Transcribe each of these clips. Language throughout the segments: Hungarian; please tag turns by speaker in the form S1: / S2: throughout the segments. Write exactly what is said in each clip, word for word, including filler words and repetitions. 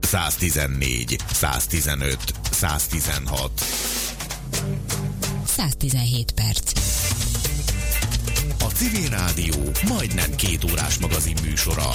S1: száztizennégy, száztizenöt, száztizenhat.
S2: száztizenhét perc.
S1: A Civil Rádió majdnem két órás magazin műsora.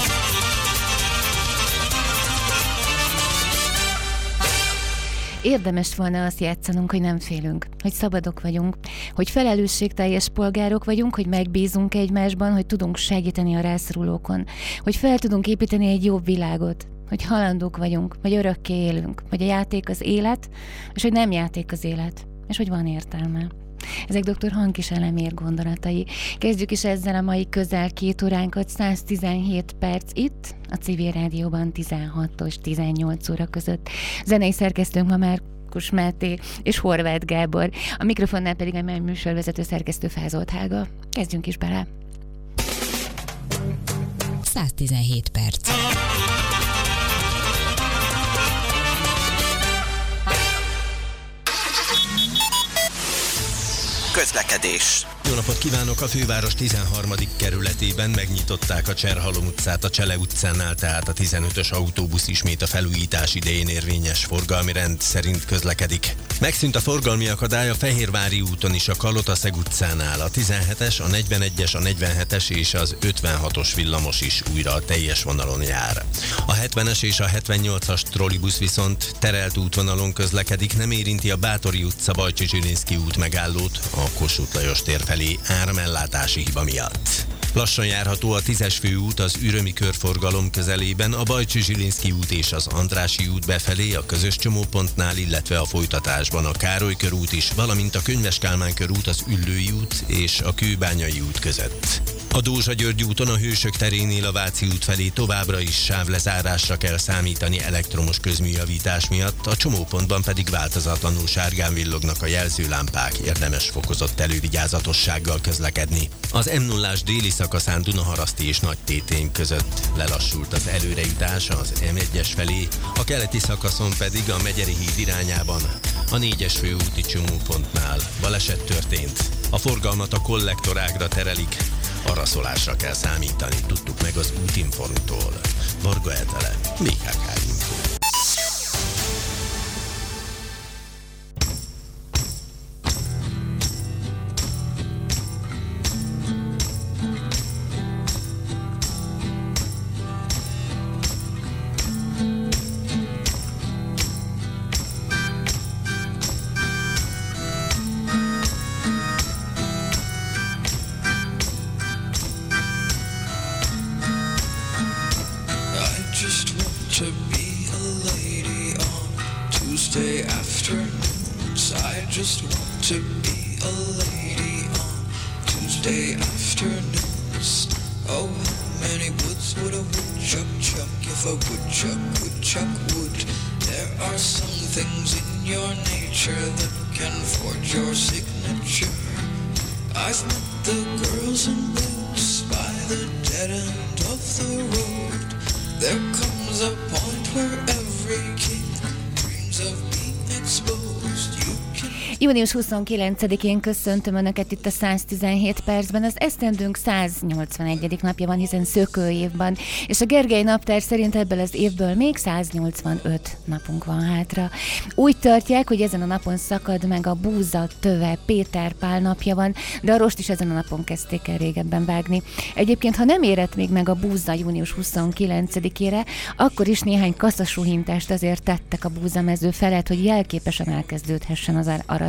S3: Érdemes volna azt játszanunk, hogy nem félünk, hogy szabadok vagyunk, hogy felelősségteljes polgárok vagyunk, hogy megbízunk egymásban, hogy tudunk segíteni a rászorulókon, hogy fel tudunk építeni egy jobb világot, hogy halandók vagyunk, hogy örökké élünk, hogy a játék az élet, és hogy nem játék az élet, és hogy van értelme. Ezek doktor Hankis Elemér gondolatai. Kezdjük is ezzel a mai közel két óránkat, száztizenhét perc itt, a Civil Rádióban tizenhattól tizennyolc óra között. Zenei szerkesztőnk ma már Kus Máté és Horváth Gábor, a mikrofonnál pedig a műsorvezető szerkesztő Fázolt Hága. Kezdjünk is bele!
S2: száztizenhét perc.
S4: Közlekedés.
S5: Jó napot kívánok! A főváros tizenharmadik kerületében megnyitották a Cserhalom utcát a Csele utcánál, tehát a tizenötös autóbusz ismét a felújítás idején érvényes forgalmi rend szerint közlekedik. Megszűnt a forgalmi akadály a Fehérvári úton is a Kalotaszeg utcánál, a tizenhetes, a negyvenegyes, a negyvenhetes és az ötvenhatos villamos is újra a teljes vonalon jár. A hetvenes és a hetvennyolcas trollibusz viszont terelt útvonalon közlekedik, nem érinti a Bátori utca Bajcsi Zsilinszky út megállót a Kossuth Lajos tér felé áramellátási hiba miatt. Lassan járható a tízes főút az ürömi körforgalom közelében, a Bajcsi Zsilinszky út és az Andrássy út befelé a közös csomópontnál, illetve a folytatásban a Károly körút is, valamint a Könyves Kálmán körút az Üllői út és a Kőbányai út között. A Dózsa-György úton a Hősök terénél a Váci út felé továbbra is sávlezárásra kell számítani elektromos közműjavítás miatt, a csomópontban pedig változatlanul sárgán villognak a jelzőlámpák, érdemes fokozott elővigyázatossággal közlekedni. Az M nullás déli szakaszán Dunaharaszti és Nagytétény között lelassult az előrejutás az M egyes felé, a keleti szakaszon pedig a Megyeri híd irányában a négyes főúti csomópontnál baleset történt. A forgalmat a kollektorágra terelik, araszolásra kell számítani, tudtuk meg az Útinformtól. Varga Etele, bé ká ká Info.
S3: június huszonkilencedikén köszöntöm Önöket itt a száztizenhét percben. Az esztendőnk száznyolcvanegyedik napja van, hiszen szökőévben, és a Gergely naptár szerint ebből az évből még száznyolcvanöt napunk van hátra. Úgy tartják, hogy ezen a napon szakad meg a búza töve, Péter Pál napja van, de a rost is ezen a napon kezdték el régebben vágni. Egyébként, ha nem érett még meg a búza június huszonkilencedikére, akkor is néhány kaszasuhintást azért tettek a búzamező felett, hogy jelképesen elkezdődhessen az aratás.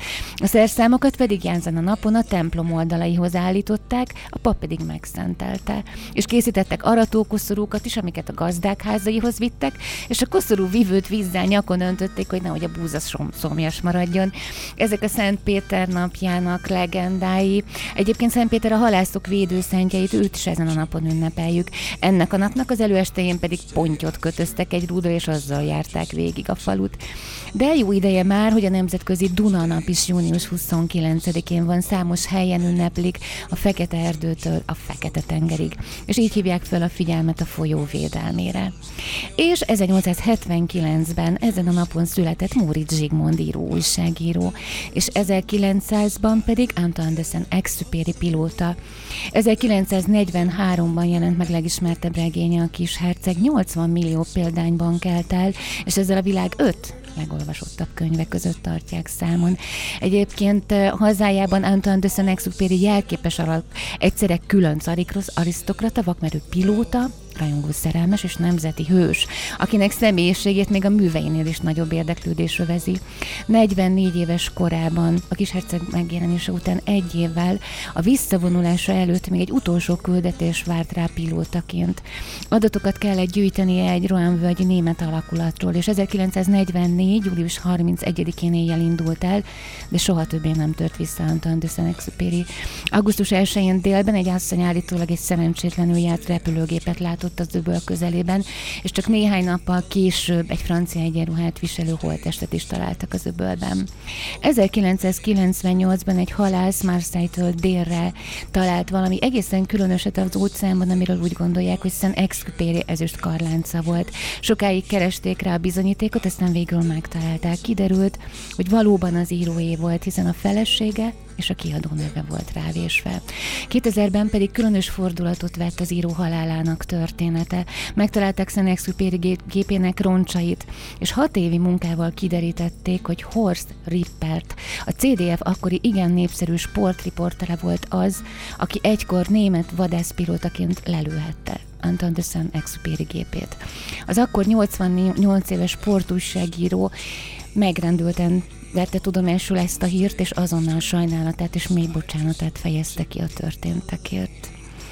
S3: A szerszámokat pedig ezen a napon a templom oldalaihoz állították, a pap pedig megszentelte. És készítettek aratókoszorúkat is, amiket a gazdák házaihoz vittek, és a koszorú vívőt vízzel nyakon öntötték, hogy nehogy a búza szomjas maradjon. Ezek a Szent Péter napjának legendái. Egyébként Szent Péter a halászok védőszentjeit, őt is ezen a napon ünnepeljük. Ennek a napnak az előestején pedig pontyot kötöztek egy rúdra, és azzal járták végig a falut. De jó ideje már, hogy a nemzetközi Duna Duna nap is június huszonkilencedikén van, számos helyen ünneplik a Fekete Erdőtől a Fekete-tengerig, és így hívják fel a figyelmet a folyó védelmére. És ezernyolcszázhetvenkilencben ezen a napon született Móricz Zsigmond író, újságíró, és ezerkilencszázban pedig Antoine de Saint-Exupéry pilóta. ezerkilencszáznegyvenháromban jelent meg legismertebb regénye, a Kisherceg, nyolcvan millió példányban kelt el, és ezzel a világ öt legolvasottabb könyve között tartják számon. Egyébként hazájában Antoine de Saint-Exupéry jelképes alak, egyszerre különc arisztokrata, vakmerő pilóta, rajongó szerelmes és nemzeti hős, akinek személyiségét még a műveinél is nagyobb érdeklődés övezi. negyvennégy éves korában, a Kisherceg megjelenése után egy évvel, a visszavonulása előtt még egy utolsó küldetés várt rá pilótaként. Adatokat kellett gyűjtenie egy Rohan-völgyi német alakulatról, és ezerkilencszáznegyvennégy. július harmincegyedikén éjjel indult el, de soha többé nem tört vissza Antoine de Saint-Exupéry. augusztus elsején délben egy asszony állítólag egy szerencsétlenül járt repülőgépet látott az öböl közelében, és csak néhány nappal később egy francia egyenruhát viselő holttestet is találtak az öbölben. ezerkilencszázkilencvennyolcban egy halász Marseille-től délre talált valami egészen különöset az óceánban, amiről úgy gondolják, hogy Saint-Exupéry ezüst karlánca volt. Sokáig keresték rá a bizonyítékot, aztán végül megtalálták. Kiderült, hogy valóban az íróé volt, hiszen a felesége és a kiadó neve volt rávésve. kétezerben pedig különös fordulatot vett az író halálának története. Megtalálták Saint-Exupéry gépének roncsait, és hat évi munkával kiderítették, hogy Horst Rippert, a cé dé ef akkori igen népszerű sportriportere volt az, aki egykor német vadászpilótaként lelőhette Antoine de Saint-Exupéry gépét. Az akkor nyolcvannyolc éves sportújságíró megrendülten vette tudomásul ezt a hírt, és azonnal sajnálatát és mély bocsánatát fejezte ki a történtekért.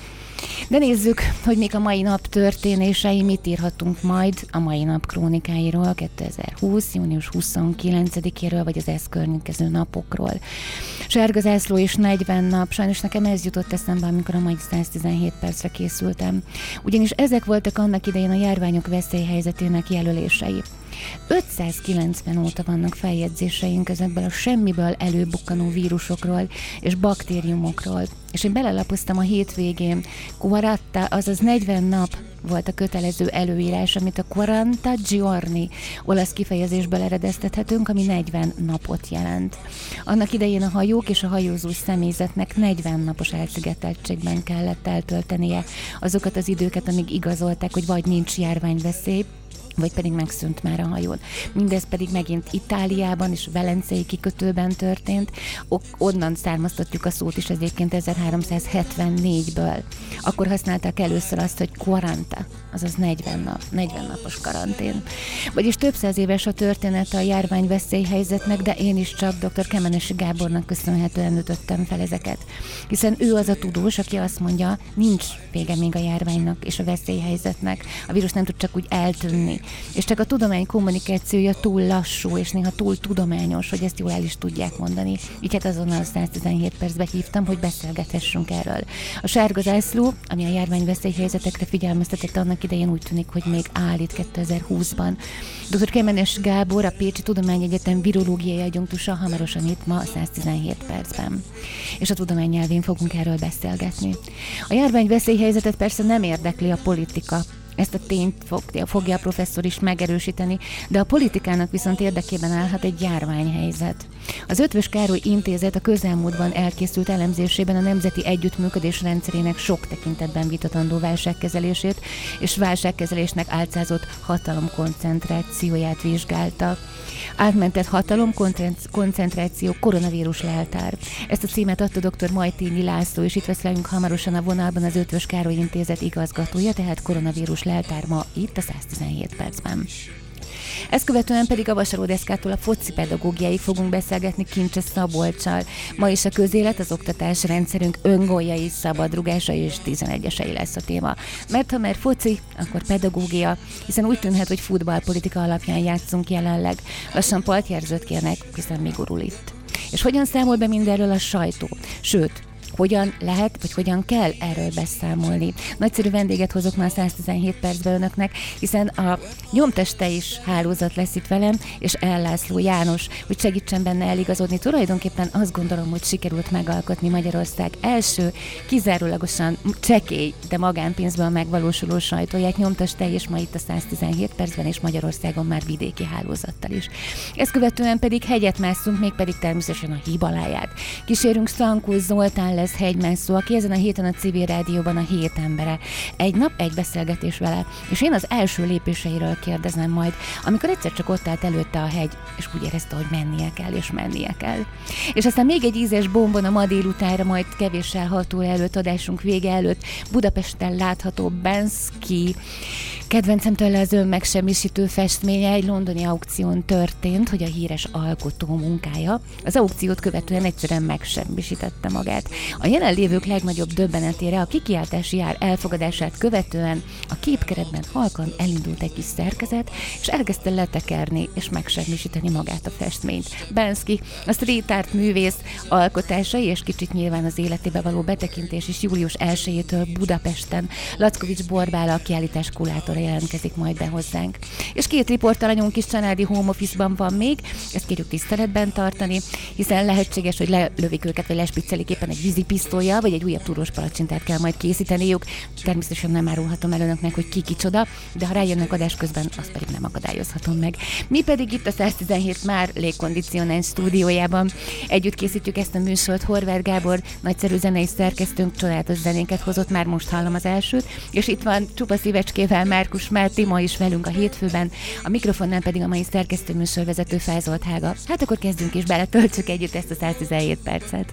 S3: De nézzük, hogy még a mai nap történései, mit írhatunk majd a mai nap krónikáiról, kétezer-húsz. június huszonkilencedikéről, vagy az ezt környékező napokról. Sárga zászló és negyven nap, sajnos nekem ez jutott eszembe, amikor a mai száztizenhét percre készültem. Ugyanis ezek voltak annak idején a járványok veszélyhelyzetének jelölései. ötszázkilencven óta vannak feljegyzéseink ezekből a semmiből előbukkanó vírusokról és baktériumokról. És én belelapoztam a hétvégén. quaranta, azaz negyven nap volt a kötelező előírás, amit a quaranta giorni olasz kifejezésből eredeztethetünk, ami negyven napot jelent. Annak idején a hajók és a hajózó személyzetnek negyven napos elszigeteltségben kellett eltöltenie azokat az időket, amíg igazolták, hogy vagy nincs járványveszély, vagy pedig megszűnt már a hajón. Mindez pedig megint Itáliában és Velencei kikötőben történt. Onnan származtatjuk a szót is egyébként ezerháromszázhetvennégből. Akkor használták először azt, hogy quaranta, azaz negyven nap, negyven napos karantén. Vagyis több száz éves a története a járványveszélyhelyzetnek, de én is csak dr. Kemenesi Gábornak köszönhetően ütöttem fel ezeket. Hiszen ő az a tudós, aki azt mondja, nincs vége még a járványnak és a veszélyhelyzetnek. A vírus nem tud csak úgy eltűnni. És csak a tudomány kommunikációja túl lassú, és néha túl tudományos, hogy ezt jól el is tudják mondani. Így hát azonnal a száztizenhét percbe hívtam, hogy beszélgethessünk erről. A sárga zászló, ami a járványveszélyhelyzetekre figyelmeztetett annak idején, úgy tűnik, hogy még áll itt kétezer-húszban. dr. Kemenes Gábor, a Pécsi Tudományegyetem virológiai adjunktusa hamarosan itt ma a száztizenhét percben. És a tudomány nyelvén fogunk erről beszélgetni. A járványveszélyhelyzetet persze nem érdekli a politika. Ezt a tényt fogja, fogja a professzor is megerősíteni, de a politikának viszont érdekében állhat egy járványhelyzet. Az Eötvös Károly Intézet a közelmúltban elkészült elemzésében a nemzeti együttműködés rendszerének sok tekintetben vitatandó válságkezelését és válságkezelésnek álcázott hatalomkoncentrációját vizsgálta. Átmentett hatalom, koncentráció, koronavírus leltár. Ezt a címet adta dr. Majtényi László, és itt vesz velünk hamarosan a vonalban az Eötvös Károly Intézet igazgatója, tehát koronavírus leltár ma itt a száztizenhét percben. Ezt követően pedig a vasaródeszkától a foci pedagógiáig fogunk beszélgetni Kincse Szabolccsal. Ma is a közélet, az oktatás rendszerünk öngóljai, szabadrugásai és tizenegyesei lesz a téma. Mert ha már foci, akkor pedagógia, hiszen úgy tűnhet, hogy futballpolitika alapján játszunk jelenleg. Lassan partjelzőt kérnek, hiszen még gurul itt. És hogyan számol be mindenről a sajtó? Sőt, hogyan lehet, vagy hogyan kell erről beszámolni. Nagyszerű vendéget hozok már száz tizenhét percben önöknek, hiszen a Nyomteste is hálózat lesz itt velem, és L. László János, hogy segítsen benne eligazodni. Tulajdonképpen azt gondolom, hogy sikerült megalkotni Magyarország első, kizárólagosan csekély, de magánpénzben megvalósuló sajtóját. Nyomteste és ma itt a száz tizenhét percben, és Magyarországon már vidéki hálózattal is. Ezt követően pedig hegyet mászunk, mégpedig természetesen a Himaláját. Kísérünk Stankó Zoltán lesz hegymászó, aki ezen a héten a civil rádióban a hét embere. Egy nap, egy beszélgetés vele, és én az első lépéseiről kérdezem majd, amikor egyszer csak ott állt előtte a hegy, és úgy érezte, hogy mennie kell, és mennie kell. És aztán még egy ízes bombon a ma délutánra, majd kevéssel hat óra előtt, adásunk vége előtt Budapesten látható Banksy kedvencem tőle az önmegsemmisítő festménye egy londoni aukción történt, hogy a híres alkotó munkája az aukciót követően egyszerűen megsemmisítette magát. A jelenlévők legnagyobb döbbenetére a kikiáltási ár elfogadását követően a képkeretben halkan elindult egy kis szerkezet, és elkezdte letekerni és megsemmisíteni magát a festményt. Banksy, a street art művész alkotásai és kicsit nyilván az életébe való betekintés is július elsejétől Budapesten Lackovics Borbála, a kiállítás kurátora jelentkezik majd be hozzánk. És két riportalanyunk is családi home office-ban van még, ezt kérjük tiszteletben tartani, hiszen lehetséges, hogy lelövik őket, vagy lespiccelik éppen egy vízipisztollyal, vagy egy újabb túrós palacsintát kell majd készíteniük. Természetesen nem árulhatom el önöknek, hogy ki kicsoda, de ha rájönnek adás közben, azt pedig nem akadályozhatom meg. Mi pedig itt a száz tizenhét már légkondicionált stúdiójában együtt készítjük ezt a műsort. Horváth Gábor, nagyszerű zenei szerkesztőnk, csodálatos zenéket hozott, már most hallom az elsőt, és itt van csupa szívecskével Márkus Máté, ma is velünk a hétfőben, a mikrofonnál pedig a mai szerkesztő műsorvezető Fázolt Hága. Hát akkor kezdjünk is bele, töltsük együtt ezt a száz tizenhét percet.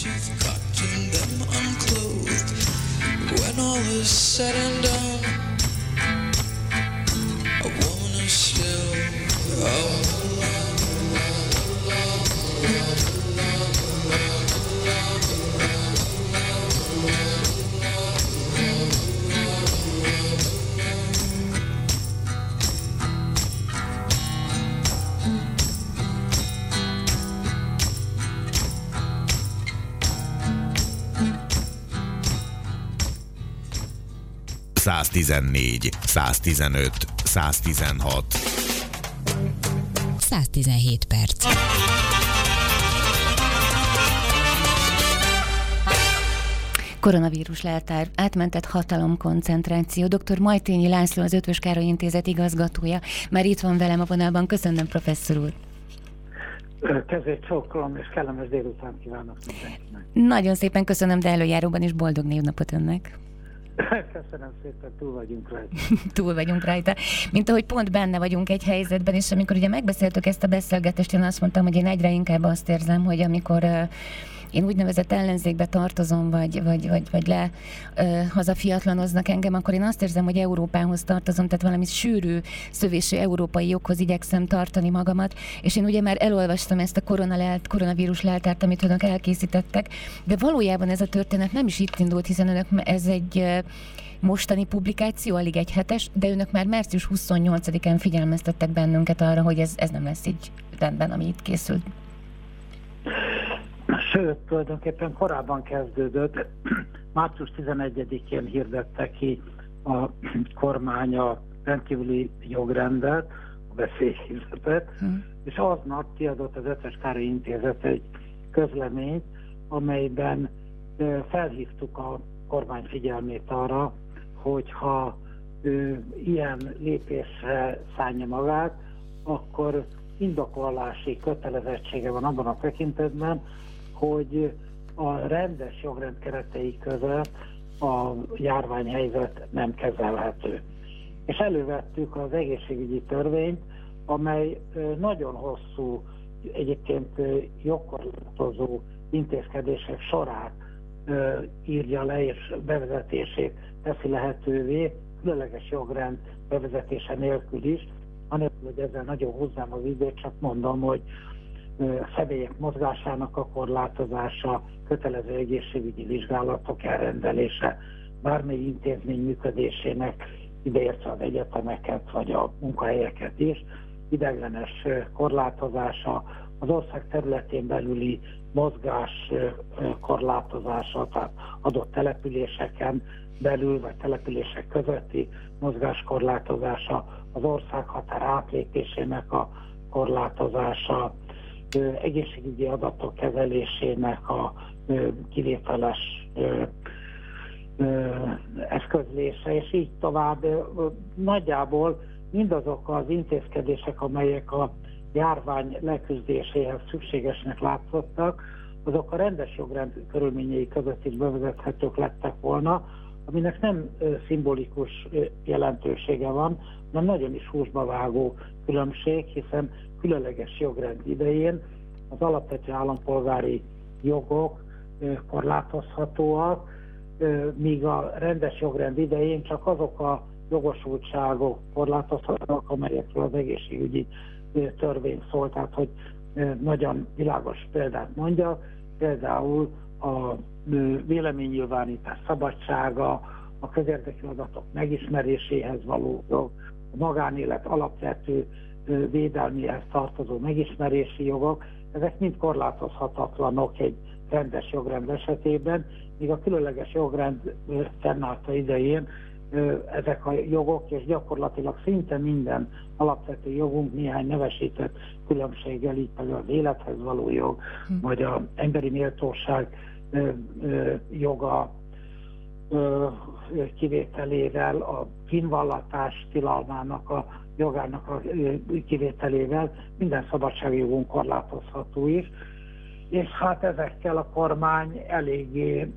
S1: száz tizennégy, száz tizenöt, száz tizenhat.
S2: száz tizenhét perc.
S3: Koronavírus leltár, átmentett hatalomkoncentráció. doktor Majtényi László, az Eötvös Károly Intézet igazgatója. Már itt van velem a vonalban. Köszönöm, professzor úr.
S4: Kezét csókolom, és kellemes délután kívánok mindenkinek.
S3: Nagyon szépen köszönöm, de előjáróban is boldog névnapot önnek.
S4: Köszönöm szépen, túl vagyunk rajta.
S3: túl vagyunk rajta. Mint ahogy pont benne vagyunk egy helyzetben, és amikor ugye megbeszéltük ezt a beszélgetést, én azt mondtam, hogy én egyre inkább azt érzem, hogy amikor uh, én úgynevezett ellenzékbe tartozom, vagy, vagy, vagy, vagy le uh, hazafiatlanoznak engem, akkor én azt érzem, hogy Európához tartozom, tehát valami sűrű, szövésű európai joghoz igyekszem tartani magamat, és én ugye már elolvastam ezt a koronalelt, koronavírus leltárt, amit önök elkészítettek, de valójában ez a történet nem is itt indult, hiszen önök ez egy uh, mostani publikáció, alig egy hetes, de önök már március huszonnyolcadikán figyelmeztettek bennünket arra, hogy ez, ez nem lesz így rendben, ami itt készült.
S4: Sőt, tulajdonképpen korábban kezdődött. március tizenegyedikén hirdette ki a kormány a rendkívüli jogrendet, a veszélyhelyzetet, hmm. és aznap kiadott az Eötvös Károly Intézet egy közleményt, amelyben felhívtuk a kormány figyelmét arra, hogyha ő ilyen lépésre szánja magát, akkor indokolási kötelezettsége van abban a tekintetben, hogy a rendes jogrend keretei között a járványhelyzet nem kezelhető. És elővettük az egészségügyi törvényt, amely nagyon hosszú, egyébként jogkorlátozó intézkedések sorát írja le, és bevezetését teszi lehetővé, különleges jogrend bevezetése nélkül is, anélkül, hogy ezzel nagyon hozzám az időt, csak mondom, hogy személyek mozgásának a korlátozása, kötelező egészségügyi vizsgálatok elrendelése, bármely intézmény működésének, ideértve az egyetemeket vagy a munkahelyeket is, ideiglenes korlátozása, az ország területén belüli mozgás korlátozása, tehát adott településeken belül, vagy települések közötti mozgás korlátozása, az országhatár átlépésének a korlátozása, egészségügyi adatok kezelésének a kivételes eszközlése, és így tovább. Nagyjából mindazok az intézkedések, amelyek a járvány leküzdéséhez szükségesnek látszottak, azok a rendes jogrend körülményei között is bevezethetők lettek volna, aminek nem szimbolikus jelentősége van, hanem nagyon is húsba vágó különbség, hiszen különleges jogrend idején az alapvető állampolgári jogok korlátozhatóak, míg a rendes jogrend idején csak azok a jogosultságok korlátozhatóak, amelyekről az egészségügyi törvény szól. Tehát, hogy nagyon világos példát mondja, például a véleménynyilvánítás szabadsága, a közérdekű adatok megismeréséhez való jog, a magánélet alapvető védelméhez tartozó megismerési jogok, ezek mind korlátozhatatlanok egy rendes jogrend esetében, míg a különleges jogrend fennállta idején ezek a jogok, és gyakorlatilag szinte minden alapvető jogunk néhány nevesített különbséggel, így például az élethez való jog, hm. vagy az emberi méltóság joga kivételével, a kínvallatás tilalmának a jogának a kivételével minden szabadságjogunk korlátozható is, és hát ezekkel a kormány eléggé,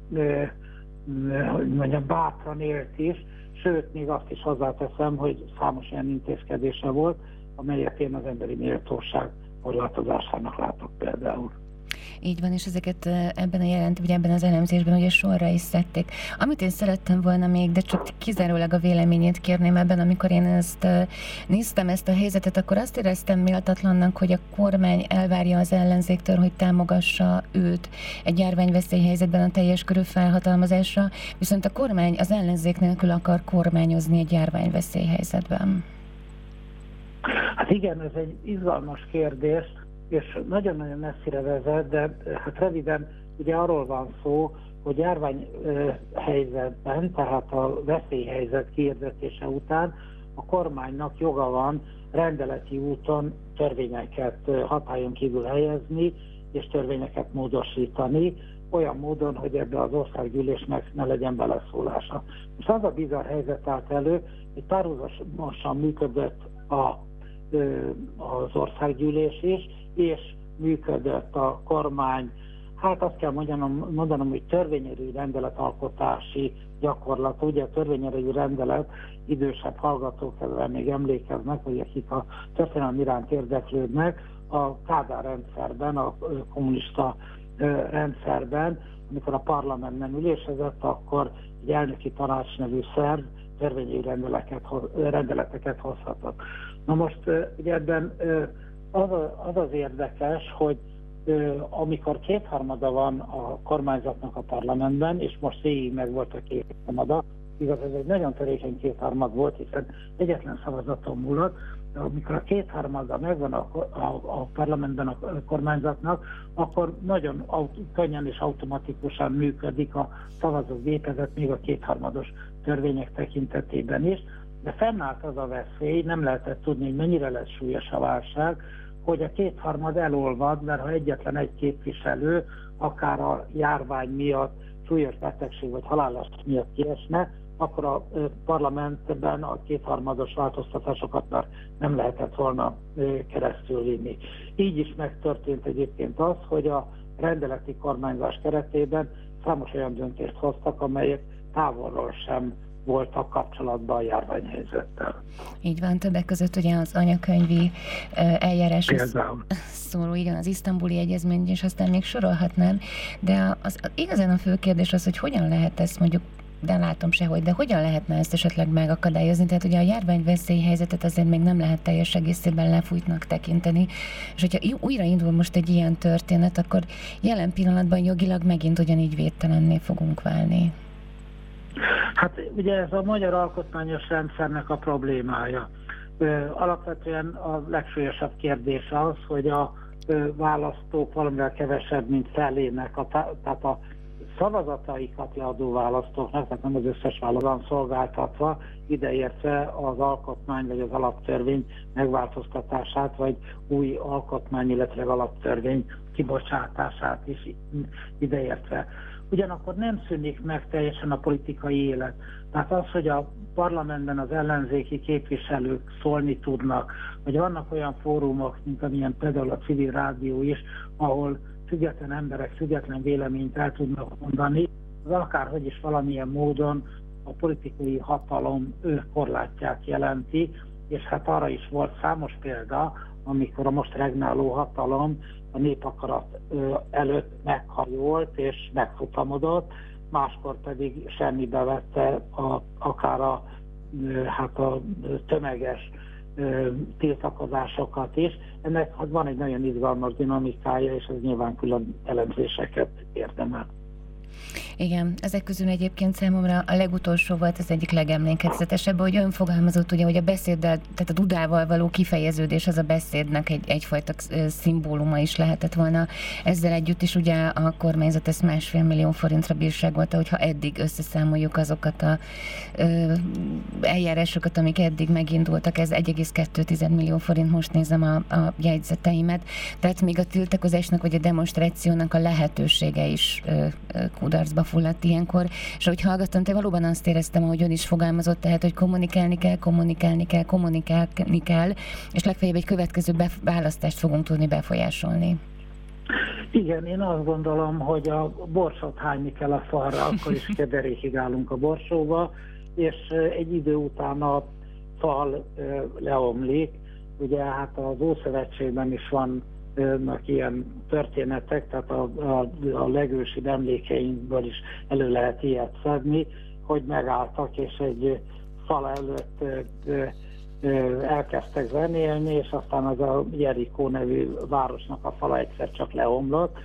S4: hogy mondjam, bátran élt is, sőt, még azt is hozzáteszem, hogy számos ilyen intézkedése volt, amelyet én az emberi méltóság korlátozásának látok például.
S3: Így van, és ezeket ebben a jelent, vagy ebben az elemzésben ugye sorra is szedték. Amit én szerettem volna még, de csak kizárólag a véleményét kérném ebben, amikor én ezt néztem, ezt a helyzetet, akkor azt éreztem méltatlannak, hogy a kormány elvárja az ellenzéktől, hogy támogassa őt egy járványveszélyhelyzetben a teljes körű felhatalmazásra, viszont a kormány az ellenzék nélkül akar kormányozni egy járványveszélyhelyzetben.
S4: Hát igen, ez egy izgalmas kérdés, és nagyon-nagyon messzire vezet, de hát röviden ugye arról van szó, hogy járványhelyzetben, tehát a veszélyhelyzet kiirdetése után a kormánynak joga van rendeleti úton törvényeket hatályon kívül helyezni, és törvényeket módosítani, olyan módon, hogy ebbe az országgyűlésnek ne legyen beleszólása. Most az a bizarr helyzet állt elő, hogy párhuzamosan működött a, az országgyűlés is, és működött a kormány, hát azt kell mondanom, mondanom hogy törvényerejű rendeletalkotási gyakorlat. Ugye a törvényerejű rendelet idősebb hallgatók ezzel még emlékeznek, vagy akik a történelem iránt érdeklődnek, a Kádár rendszerben, a kommunista rendszerben, amikor a parlamentben ülésezett, akkor egy elnöki tanács nevű szerv törvényi rendeleteket hozhatott. Na most ugye ebben az, a, az az érdekes, hogy amikor kétharmada van a kormányzatnak a parlamentben, és most végig meg volt a kétharmada, igaz, ez egy nagyon törékeny kétharmad volt, hiszen egyetlen szavazaton múlott, de amikor a kétharmada megvan a, a, a parlamentben a kormányzatnak, akkor nagyon aut- könnyen és automatikusan működik a szavazógépezet, még a kétharmados törvények tekintetében is, de fennállt az a veszély, nem lehetett tudni, hogy mennyire lesz súlyos a válság, hogy a kétharmad elolvad, mert ha egyetlen egy képviselő, akár a járvány miatt, súlyos betegség vagy halálos miatt kiesne, akkor a parlamentben a kétharmados változtatásokat már nem lehetett volna keresztül vinni. Így is megtörtént egyébként az, hogy a rendeleti kormányzás keretében számos olyan döntést hoztak, amelyek távolról sem voltak kapcsolatban a járványhelyzettel.
S3: Így van, többek között ugye az anyakönyvi eljárás szóló, igen, az isztambuli egyezmény, és aztán még sorolhatnám, de az, az, igazán a fő kérdés az, hogy hogyan lehet ezt mondjuk, de látom sehogy, de hogyan lehetne ezt esetleg megakadályozni? Tehát ugye a járványveszélyhelyzetet azért még nem lehet teljes egészében lefújtnak tekinteni, és hogyha újra indul most egy ilyen történet, akkor jelen pillanatban jogilag megint ugyanígy védtelenné fogunk válni.
S4: Hát ugye ez a magyar alkotmányos rendszernek a problémája. Alapvetően a legsúlyosabb kérdés az, hogy a választók valamivel kevesebb, mint felének, a, tehát a szavazataikat leadó választóknak, tehát nem az összes választó szolgáltatva, ideértve az alkotmány vagy az alaptörvény megváltoztatását, vagy új alkotmány, illetve alaptörvény kibocsátását is ideértve. Ugyanakkor nem szűnik meg teljesen a politikai élet. Tehát az, hogy a parlamentben az ellenzéki képviselők szólni tudnak, vagy vannak olyan fórumok, mint amilyen például a civil rádió is, ahol független emberek független véleményt el tudnak mondani, az akárhogy is valamilyen módon a politikai hatalom korlátját jelenti, és hát arra is volt számos példa, amikor a most regnáló hatalom a népakarat előtt meghajolt és megfutamodott, máskor pedig semmibe vette a, akár a, hát a tömeges tiltakozásokat is. Ennek van egy nagyon izgalmas dinamikája, és ez nyilván külön elemzéseket érdemel.
S3: Igen, ezek közül egyébként számomra a legutolsó volt az egyik legemlékezetesebb, hogy ön fogalmazott, ugye, hogy a beszéddel, tehát a dudával való kifejeződés az a beszédnek egy, egyfajta szimbóluma is lehetett volna. Ezzel együtt is ugye a kormányzat ezt másfél millió forintra bírságolta, hogyha eddig összeszámoljuk azokat a ö, eljárásokat, amik eddig megindultak, ez egy egész kettő millió forint, most nézem a, a jegyzeteimet. Tehát még a tiltakozásnak vagy a demonstrációnak a lehetősége is ö, ö, kudarcba fulladt ilyenkor, és ahogy hallgattam, te valóban azt éreztem, ahogy ön is fogalmazott, tehát, hogy kommunikálni kell, kommunikálni kell, kommunikálni kell, és legfeljebb egy következő választást fogunk tudni befolyásolni.
S4: Igen, én azt gondolom, hogy a borsot hányni kell a falra, akkor is kederékig állunk a borsóba, és egy idő után a fal leomlik. Ugye hát az Ószövetségben is van ilyen történetek, tehát a, a, a legősibb emlékeinkből is elő lehet ilyet szedni, hogy megálltak, és egy fal előtt ö, ö, elkezdtek zenélni, és aztán az a Jerikó nevű városnak a fala egyszer csak leomlott.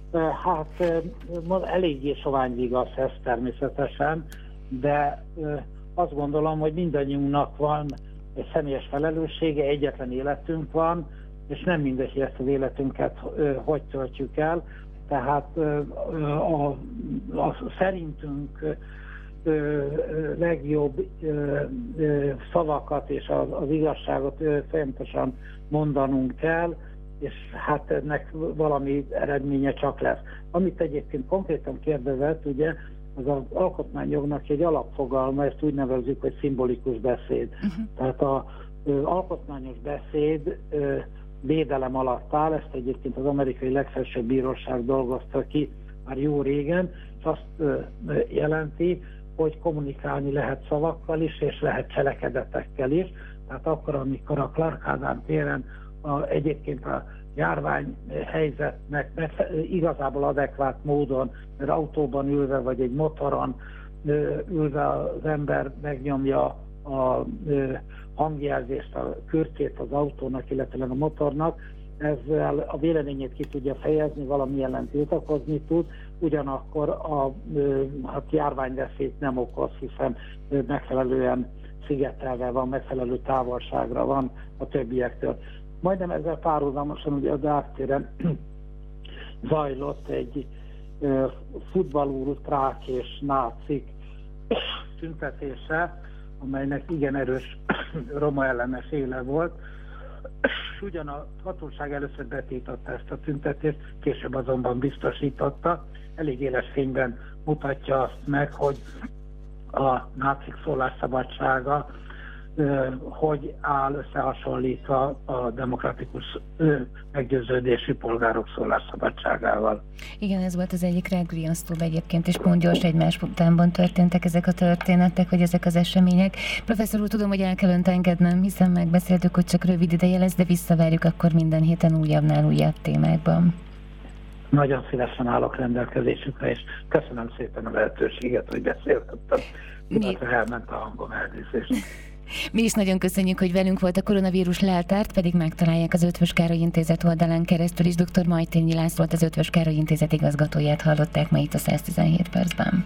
S4: Hát eléggé sovány vigasz ez természetesen, de azt gondolom, hogy mindannyiunknak van egy személyes felelőssége, egyetlen életünk van, és nem mindegy, hogy ezt az életünket ö, hogy töltjük el. Tehát ö, a, a szerintünk ö, ö, legjobb ö, ö, szavakat és az, az igazságot ö, folyamatosan mondanunk kell, és hát ennek valami eredménye csak lesz. Amit egyébként konkrétan kérdezett, ugye, az az alkotmányjognak egy alapfogalma, ezt úgy nevezzük, hogy szimbolikus beszéd. Uh-huh. Tehát az alkotmányos beszéd ö, védelem alatt áll, ezt egyébként az amerikai legfelsőbb bíróság dolgozta ki már jó régen, és azt ö, jelenti, hogy kommunikálni lehet szavakkal is, és lehet cselekedetekkel is. Tehát akkor, amikor a Clark Ádám téren a, egyébként a járvány helyzetnek igazából adekvát módon, mert autóban ülve, vagy egy motoron ö, ülve az ember megnyomja a ö, hangjelzést, a kürtjét az autónak, illetve a motornak, ezzel a véleményét ki tudja fejezni, valami ellen tiltakozni tud, ugyanakkor a hát járványveszélyt nem okoz, hiszen megfelelően szigetelve van, megfelelő távolságra van a többiektől. Majdnem ezzel párhuzamosan ugye a Deák téren zajlott egy futballúru trák és nácik tüntetése, amelynek igen erős roma ellenes éle volt. Ugyan a hatóság először betiltotta ezt a tüntetést, később azonban biztosította. Elég éles fényben mutatja azt meg, hogy a nácik szólásszabadsága hogy áll összehasonlítva a demokratikus meggyőződésű polgárok szólásszabadságával.
S3: Igen, ez volt az egyik legriasztóbb egyébként, és pont gyors egymás utánban történtek ezek a történetek, vagy ezek az események. Professzor úr, tudom, hogy el kell önt engednem, hiszen megbeszéltük, hogy csak rövid ideje lesz, de visszavárjuk akkor minden héten újabbnál újabb témákban.
S4: Nagyon szívesen állok rendelkezésükre, és köszönöm szépen a lehetőséget, hogy beszélhettem, illetve elment a hangom, elnézést.
S3: Mi is nagyon köszönjük, hogy velünk volt. A koronavírus leltárt pedig megtalálják az Eötvös Károly Intézet oldalán keresztül is. dr. Majtényi Lászlót, az Eötvös Károly Intézet igazgatóját hallották ma itt a száz tizenhét percben.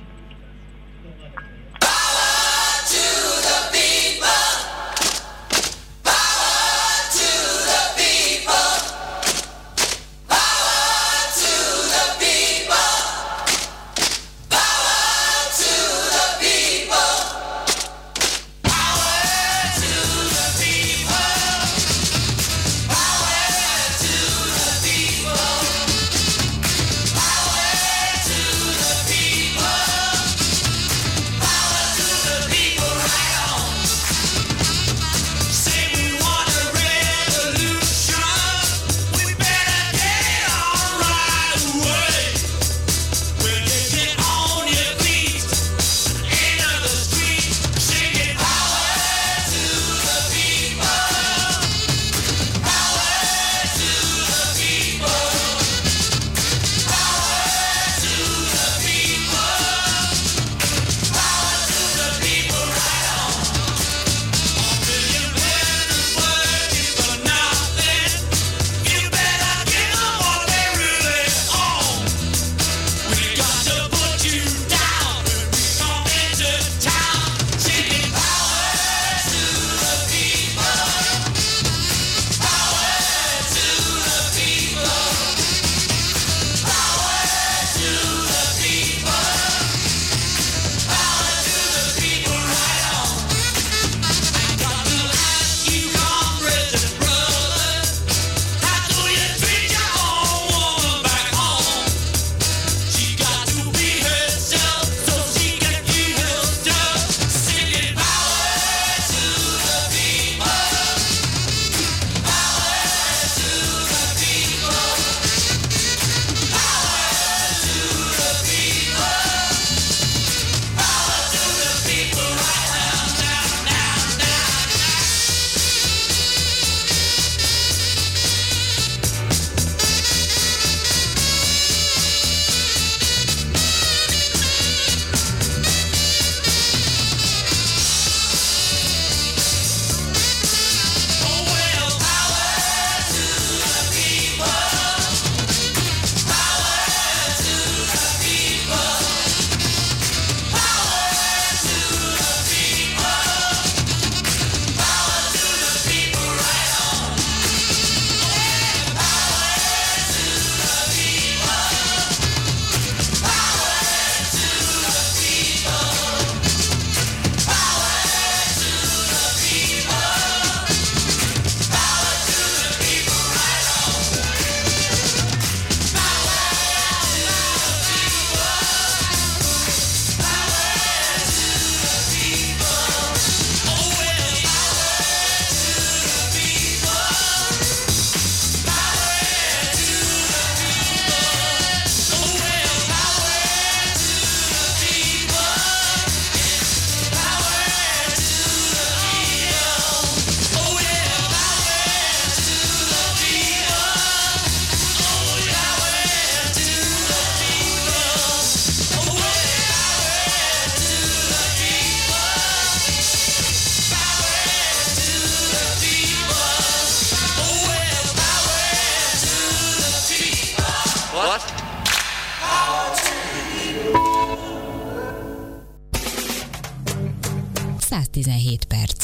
S2: száz tizenhét perc.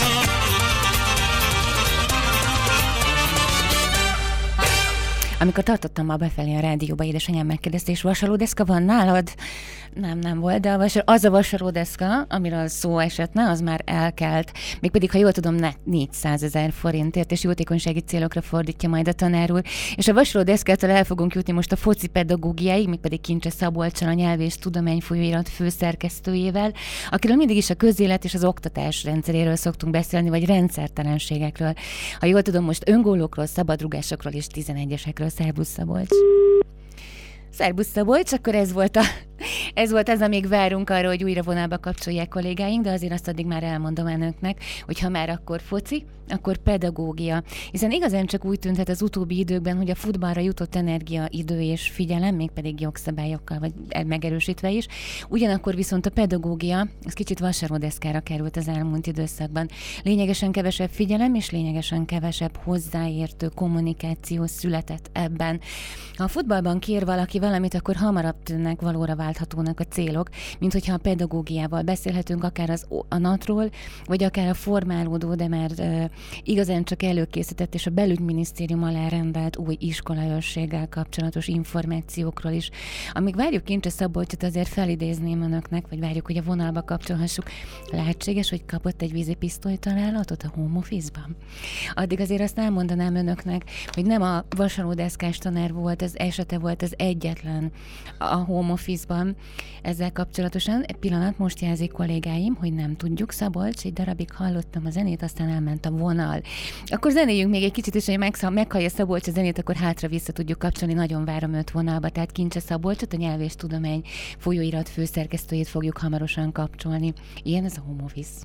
S3: Amikor tartottam ma befelé a rádióba, édesanyám megkérdezte, és vasalódeszka van nálad? Nem, nem volt, de a vasal, az a vasalódeszka, amiről szó esetne, az már elkelt. Mégpedig, ha jól tudom, négyszázezer forintért, és jótékonysági célokra fordítja majd a tanár úr. És a vasalódeszkától el fogunk jutni most a foci pedagógiáig, mégpedig Kincse Szabolccsal, a Nyelv és Tudomány folyóirat főszerkesztőjével, akiről mindig is a közélet és az oktatás rendszeréről szoktunk beszélni, vagy rendszertelenségekről. Ha jól tudom, most öngólókról, szabadrugásokról és tizenegyesekről. Szerbusz Szabolcs! Szerbusz Szabolcs, akkor ez volt, a, ez volt az, amíg várunk arra, hogy újra vonalba kapcsolják kollégáink, de azért azt addig már elmondom önöknek, hogy ha már akkor foci, akkor pedagógia. Hiszen igazán csak úgy tűnhet az utóbbi időkben, hogy a futballra jutott energia, idő és figyelem, mégpedig jogszabályokkal, vagy megerősítve is. Ugyanakkor viszont a pedagógia, az kicsit vasalódeszkára került az elmúlt időszakban. Lényegesen kevesebb figyelem, és lényegesen kevesebb hozzáértő kommunikáció született ebben. Ha a futballban kér valaki valamit, akkor hamarabb tűnnek valóra válthatónak a célok, mint hogyha a pedagógiával beszélhetünk, akár az, a natról, vagy akár a formálódó, de már uh, igazán csak előkészített és a belügyminisztérium alá rendelt új iskolaőrséggel kapcsolatos információkról is. Amíg várjuk Kincse Szabolcsot, azért felidézném önöknek, vagy várjuk, hogy a vonalba kapcsolhassuk. Lehetséges, hogy kapott egy vízipisztoly találatot a home office-ban? Addig azért azt elmondanám önöknek, hogy nem a vasalódeszkás tanár volt, az esete volt az egyetlen a home office-ban ezzel kapcsolatosan. Egy pillanat, most jelzik kollégáim, hogy nem tudjuk. Szabolcs, egy darabig hallottam a zenét, aztán elment a vonal. Akkor zenéljünk még egy kicsit, és ha meghallja Szabolcs a zenét, akkor hátra vissza tudjuk kapcsolni. Nagyon várom őt vonalba. Tehát Kincse Szabolcsot, a Nyelv és Tudomány folyóirat főszerkesztőjét fogjuk hamarosan kapcsolni. Ilyen ez a home office.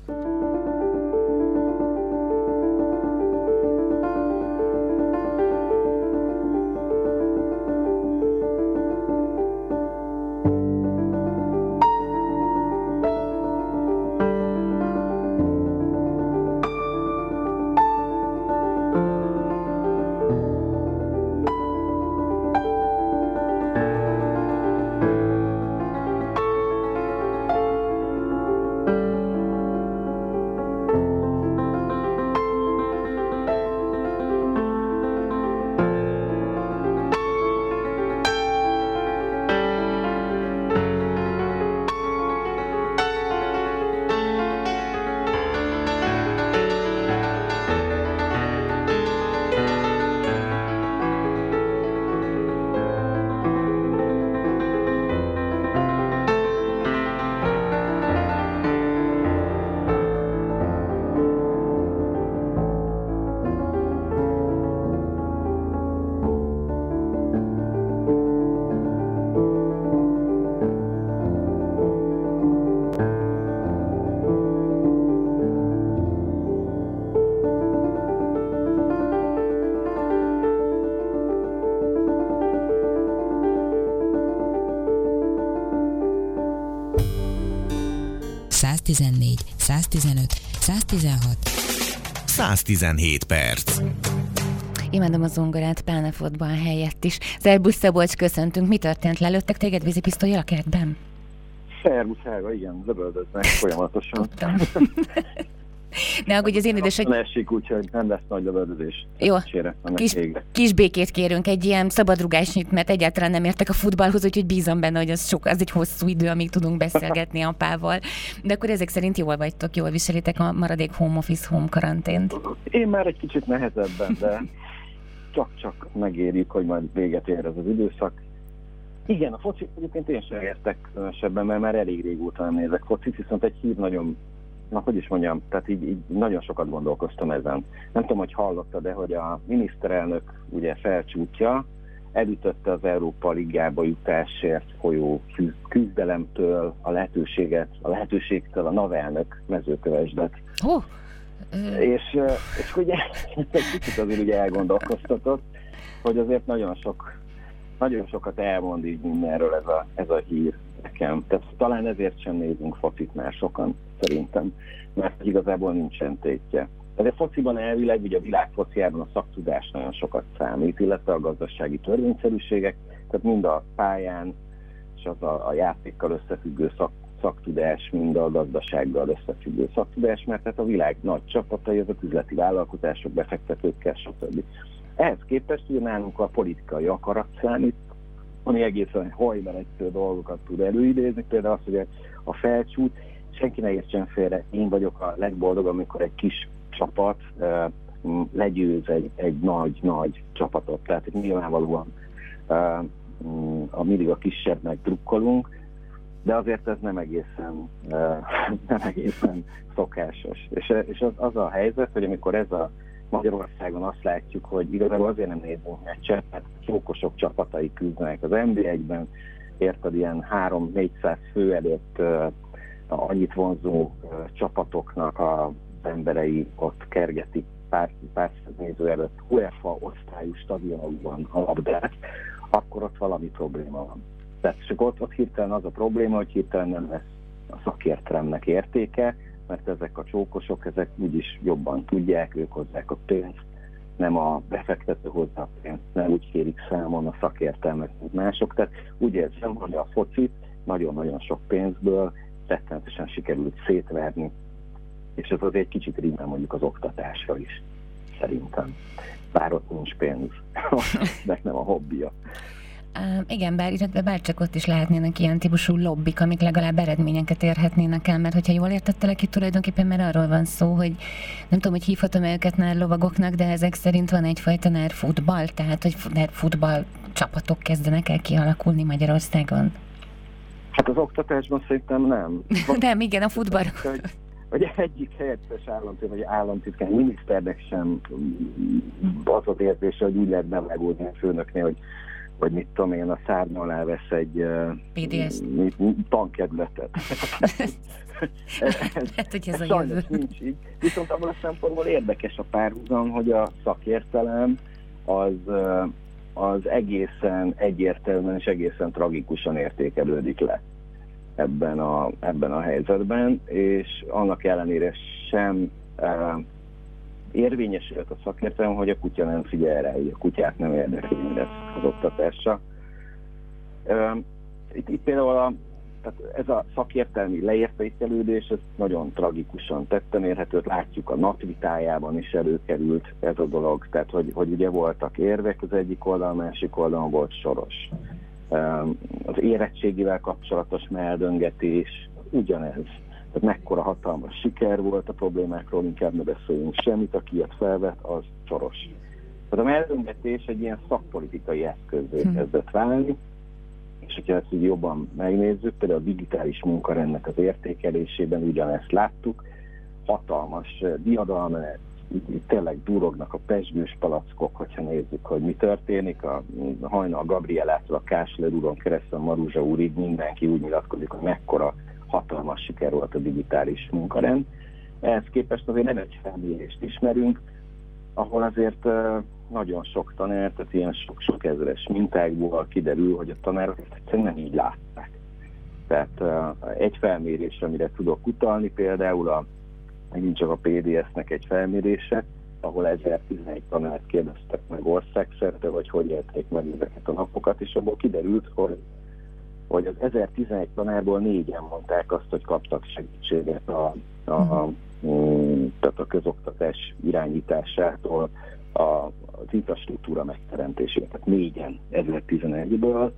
S2: száz tizennégy, száz tizenöt, száz tizenhat,
S1: száz tizenhét perc.
S3: Imádom a zongorát, pláne fotball helyett is. Szerbusz Szabolcs, köszöntünk. Mi történt? Lelőttek téged vízipisztollyal a kertben?
S6: Szerbusz, Ága, igen, lövöldöznek folyamatosan.
S3: Ne aggódj, az én édesek...
S6: Nem esik, úgyhogy nem lesz nagy lövöldözés.
S3: Jó, kis, kis békét kérünk, egy ilyen szabadrugásnyit, mert egyáltalán nem értek a futballhoz, úgyhogy bízom benne, hogy az, sok, az egy hosszú idő, amíg tudunk beszélgetni apával. De akkor ezek szerint jól vagytok, jól viselitek a maradék home office, home karantént?
S6: Én már egy kicsit nehezebben, de csak-csak megérjük, hogy majd véget ér ez az időszak. Igen, a focit egyébként én sem értek különösebben, mert már elég régóta nem nézek focit, viszont egy hír nagyon, na hogy is mondjam, tehát így, így nagyon sokat gondolkoztam ezen. Nem tudom, hogy hallottad, de hogy a miniszterelnök ugye felcsútja, elütötte az Európa Ligába jutásért folyó küzdelemtől a lehetőséget, a lehetőségtől a navelnök Mezőkövesdet.
S3: Oh.
S6: És, és ugye egy kicsit azért ugye elgondolkoztatott, hogy azért nagyon sok Nagyon sokat elmond így mindenről ez a, ez a hír nekem. Tehát talán ezért sem nézünk focit már sokan, szerintem, mert igazából nincsen tétje. Tehát a fociban elvileg, ugye a világ fociában a szaktudás nagyon sokat számít, illetve a gazdasági törvényszerűségek, tehát mind a pályán és az a, a játékkal összefüggő szak, szaktudás, mind a gazdasággal összefüggő szaktudás, mert hát a világ nagy csapatai, azok üzleti vállalkozások, befektetőkkel, stb. Ehhez képest ugye nálunk a politikai akarat számít, ami egészen hajmeregyszerű dolgokat tud előidézni, például az, hogy a felcsút, senki ne értsen félre, én vagyok a legboldogabb, amikor egy kis csapat uh, legyőz egy, egy nagy-nagy csapatot. Tehát nyilvánvalóan uh, a mindig a kisebbnek drukkolunk, de azért ez nem egészen, uh, nem egészen szokásos. És, és az, az a helyzet, hogy amikor ez a Magyarországon azt látjuk, hogy igazából azért nem nézünk meccset, mert csókosok csapatai küzdenek az en bé egyben, érted, ilyen három-négyszáz fő előtt uh, annyit vonzó uh, csapatoknak az emberei ott kergetik pár, pár néző előtt u e fá osztályú stadionokban a labdát, akkor ott valami probléma van. Tehát csak ott, ott hirtelen az a probléma, hogy hirtelen nem lesz a szakértelemnek értéke, mert ezek a csókosok, ezek úgyis jobban tudják, ők hozzák a pénzt, nem a befektető hozzá a pénzt, nem úgy kérik számon a szakértelmet, mint mások. Tehát úgy érzem, hogy a focit nagyon-nagyon sok pénzből rettenetesen sikerült szétverni, és ez azért egy kicsit rímel mondjuk az oktatásra is, szerintem. Bár ott nincs pénz, de nem a hobbija.
S3: Uh, igen, bár, bár csak ott is lehetnének ilyen típusú lobbik, amik legalább eredményeket érhetnének el, mert hogyha jól értettelek, itt tulajdonképpen már arról van szó, hogy nem tudom, hogy hívhatom őket NER lovagoknak, de ezek szerint van egyfajta NER futball, tehát hogy NER futball csapatok kezdenek el kialakulni Magyarországon.
S6: Hát az oktatásban szerintem nem.
S3: Nem, igen, a futballról.
S6: Hogy, hogy egyik helyettes államtitkár, vagy államtitkár, miniszternek sem az az érzése, hogy úgy lehet bevágódni a főnöknél, hogy vagy mit tudom én, a szárny alá vesz egy uh, tankerületet.
S3: Hát, hogy ez
S6: ez
S3: a jövő.
S6: Nincs így. Viszont abban a szempontból érdekes a párhuzam, hogy a szakértelem az, uh, az egészen egyértelműen és egészen tragikusan értékelődik le ebben a, ebben a helyzetben, és annak ellenére sem uh, érvényesült a szakértelem, hogy a kutya nem figyel rá, hogy a kutyát nem érdekli mindez az oktatásra. Itt, itt például a, tehát ez a szakértelmi leértékelődés, ez nagyon tragikusan tetten érhető, látjuk a NAT vitájában is előkerült ez a dolog, tehát hogy, hogy ugye voltak érvek az egyik oldalon, a másik oldalon volt Soros. Az érettségivel kapcsolatos meldöngetés ugyanez. Tehát mekkora hatalmas siker volt, a problémákról inkább ne beszéljünk semmit, aki ilyet felvett, az Soros. Tehát a meldöngetés egy ilyen szakpolitikai eszközzé hmm. kezdett válni, és hogyha ezt így jobban megnézzük, például a digitális munkarendnek az értékelésében ugyanezt láttuk, hatalmas diadalmenet, tényleg durognak a pezsgős palackok, hogyha nézzük, hogy mi történik, a hajnal Gabrielától a Kásler úron keresztül a Maruzsa úrig mindenki úgy nyilatkozik, hogy mekkora hatalmas siker volt a digitális munkarend. Ehhez képest azért nem egy felmérést ismerünk, ahol azért nagyon sok tanár, tehát ilyen sok-sok ezeres mintákból kiderül, hogy a tanárok ezt egyszerűen nem így látták. Tehát egy felmérésre, amire tudok utalni, például a, megint csak a pé dé es-nek egy felmérése, ahol ezertizenegy tanárt kérdeztek meg országszerte, vagy hogy élték meg ezeket a napokat, és abból kiderült, hogy hogy az ezertizenegy tanárból négyen mondták azt, hogy kaptak segítséget a, a, a, tehát a közoktatás irányításától, a, az infrastruktúra megteremtését, tehát négyen ezertizenegyből.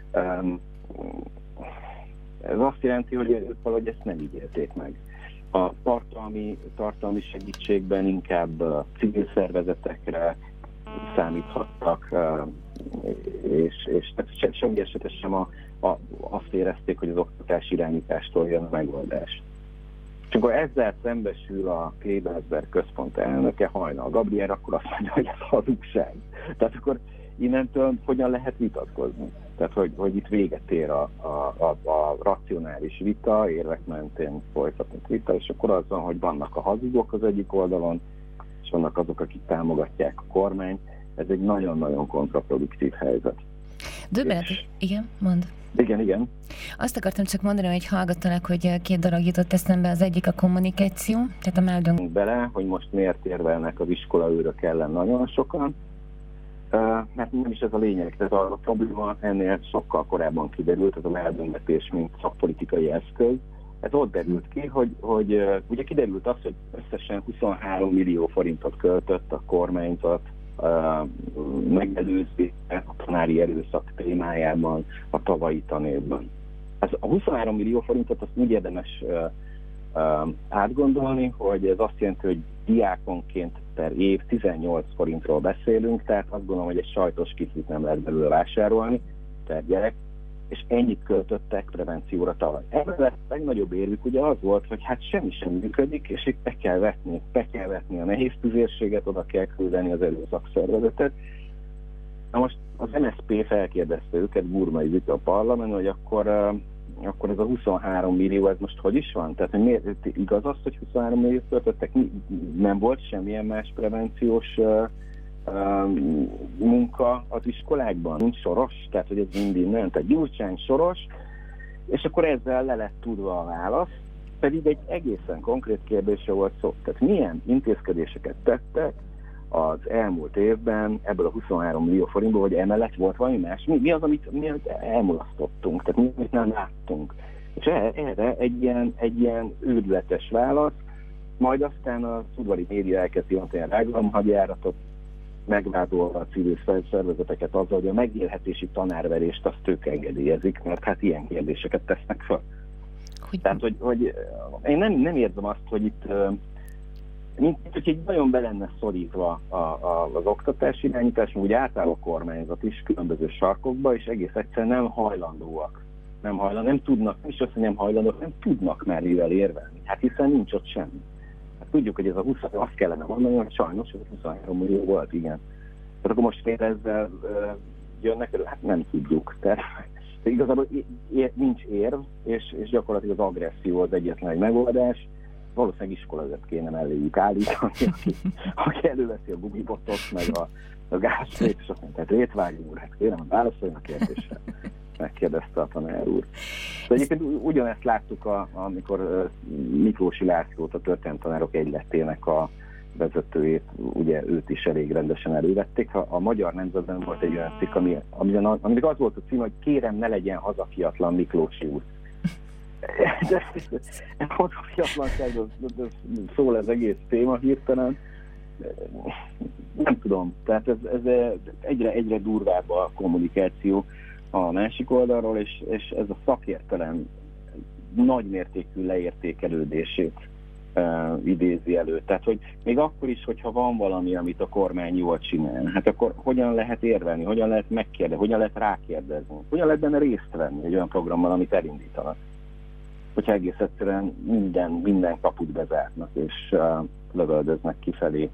S6: Ez azt jelenti, hogy ők valahogy ezt nem így élték meg. A tartalmi, tartalmi segítségben inkább civil szervezetekre számíthattak, és, és semmi esetben sem a, a, azt érezték, hogy az oktatás irányítástól jön a megoldás. És akkor ezzel szembesül a Klebersberg központ elnöke, Hajnal Gabriel, akkor azt mondja, hogy ez hazugság. Tehát akkor innentől hogyan lehet vitatkozni? Tehát, hogy, hogy itt véget ér a, a, a, a racionális vita, érvek mentén folytatott vita, és akkor az van, hogy vannak a hazugok az egyik oldalon, és vannak azok, akik támogatják a kormányt. Ez egy nagyon-nagyon kontraproduktív helyzet.
S3: Döbbenet, és... igen, mondd.
S6: Igen, igen.
S3: Azt akartam csak mondani, hogy hallgattalak, hogy két dolog jutott eszembe, az egyik a kommunikáció, tehát a meldöng...
S6: Bele, hogy most miért érvelnek az iskolaőrök ellen nagyon sokan. mert nem is ez a lényeg, tehát a probléma ennél sokkal korábban kiderült, ez a eldöntetés, mint szakpolitikai eszköz. Ez ott derült ki, hogy, hogy ugye kiderült az, hogy összesen huszonhárom millió forintot költött a kormányzat uh, megelőzve a tanári erőszak témájában a tavalyi tanévben. Ez a huszonhárom millió forintot azt úgy érdemes uh, uh, átgondolni, hogy ez azt jelenti, hogy diákonként per év tizennyolc forintról beszélünk, tehát azt gondolom, hogy egy sajtos kiflit nem lehet belőle vásárolni per gyerek, és ennyit költöttek prevencióra tavaly. Ebben a legnagyobb érvük ugye az volt, hogy hát semmi sem működik, és itt be kell vetni, be kell vetni a nehéz tüzérséget, oda kell küldeni az erőszakszervezetet. Na most az em es zé pé felkérdezte őket, Burmai Vita a parlament, hogy akkor, uh, akkor ez a huszonhárom millió, ez most hogy is van? Tehát hogy miért, igaz az, hogy huszonhárom milliót költöttek? Nem volt semmilyen más prevenciós uh, uh, munka az iskolákban? Nincs Soros? Tehát, hogy ez mindig nem. Tehát Gyurcsány, Soros, és akkor ezzel le lett tudva a válasz, pedig egy egészen konkrét kérdésre volt szó. Tehát milyen intézkedéseket tettek az elmúlt évben ebből a huszonhárom millió forintból, hogy emellett volt valami más? Mi, mi az, amit, mi elmulasztottunk, tehát mi, amit nem láttunk? És erre egy ilyen, egy ilyen őrületes válasz, majd aztán a udvari média elkezdi mondani a rágalomhagyjáratot, megvádolva a civil szervezeteket azzal, hogy a megélhetési tanárverést azt ők engedélyezik, mert hát ilyen kérdéseket tesznek fel. Hogy... Tehát, hogy, hogy én nem, nem érzem azt, hogy itt mint hogy egy nagyon be lenne szorítva a, a, az oktatási irányítás, úgy átáll a kormányzat is különböző sarkokba, és egész egyszerűen nem hajlandóak. Nem hajlandóak, nem tudnak, nem is azt, hogy nem hajlandóak, nem tudnak már mivel érvelni. Hát hiszen nincs ott semmi. Hát tudjuk, hogy ez a húsz, azt kellene mondani, hogy sajnos ez a huszonhárom millió volt, igen. Tehát akkor most fél ezzel uh, jönnek elő? Hát nem tudjuk. Tehát igazából é- nincs érv, és, és gyakorlatilag az agresszió az egyetlen egy megoldás. Valószínűleg iskolazat kéne melléjük állítani, aki, aki előveszi a bugibotot, meg a, a gázsprét, és azt mondja, tehát Rétvágy úr, hát kérem, hogy válaszoljon a kérdésre. Megkérdezte a tanár úr. De egyébként ugyanezt láttuk, a, amikor Miklósi Lászlót, a történelemtanárok egyletének a vezetőjét, ugye őt is elég rendesen elővették. Ha a Magyar Nemzetben volt egy olyan cikk, ami, aminek az volt a cím, hogy kérem, ne legyen hazafiatlan Miklósi úr. De a hazafiatlanságról szól az egész téma hirtelen. Nem tudom, tehát ez, ez egyre, egyre durvább a kommunikáció a másik oldalról, és, és ez a szakértelem nagymértékű leértékelődését uh, idézi elő. Tehát, hogy még akkor is, hogyha van valami, amit a kormány jól csinál, hát akkor hogyan lehet érvelni, hogyan lehet megkérdezni, hogyan lehet rákérdezni, hogyan lehet benne részt venni egy olyan programmal, amit elindítanak. Hogyha egész egyszerűen minden, minden kaput bezárnak, és uh, lövöldöznek kifelé,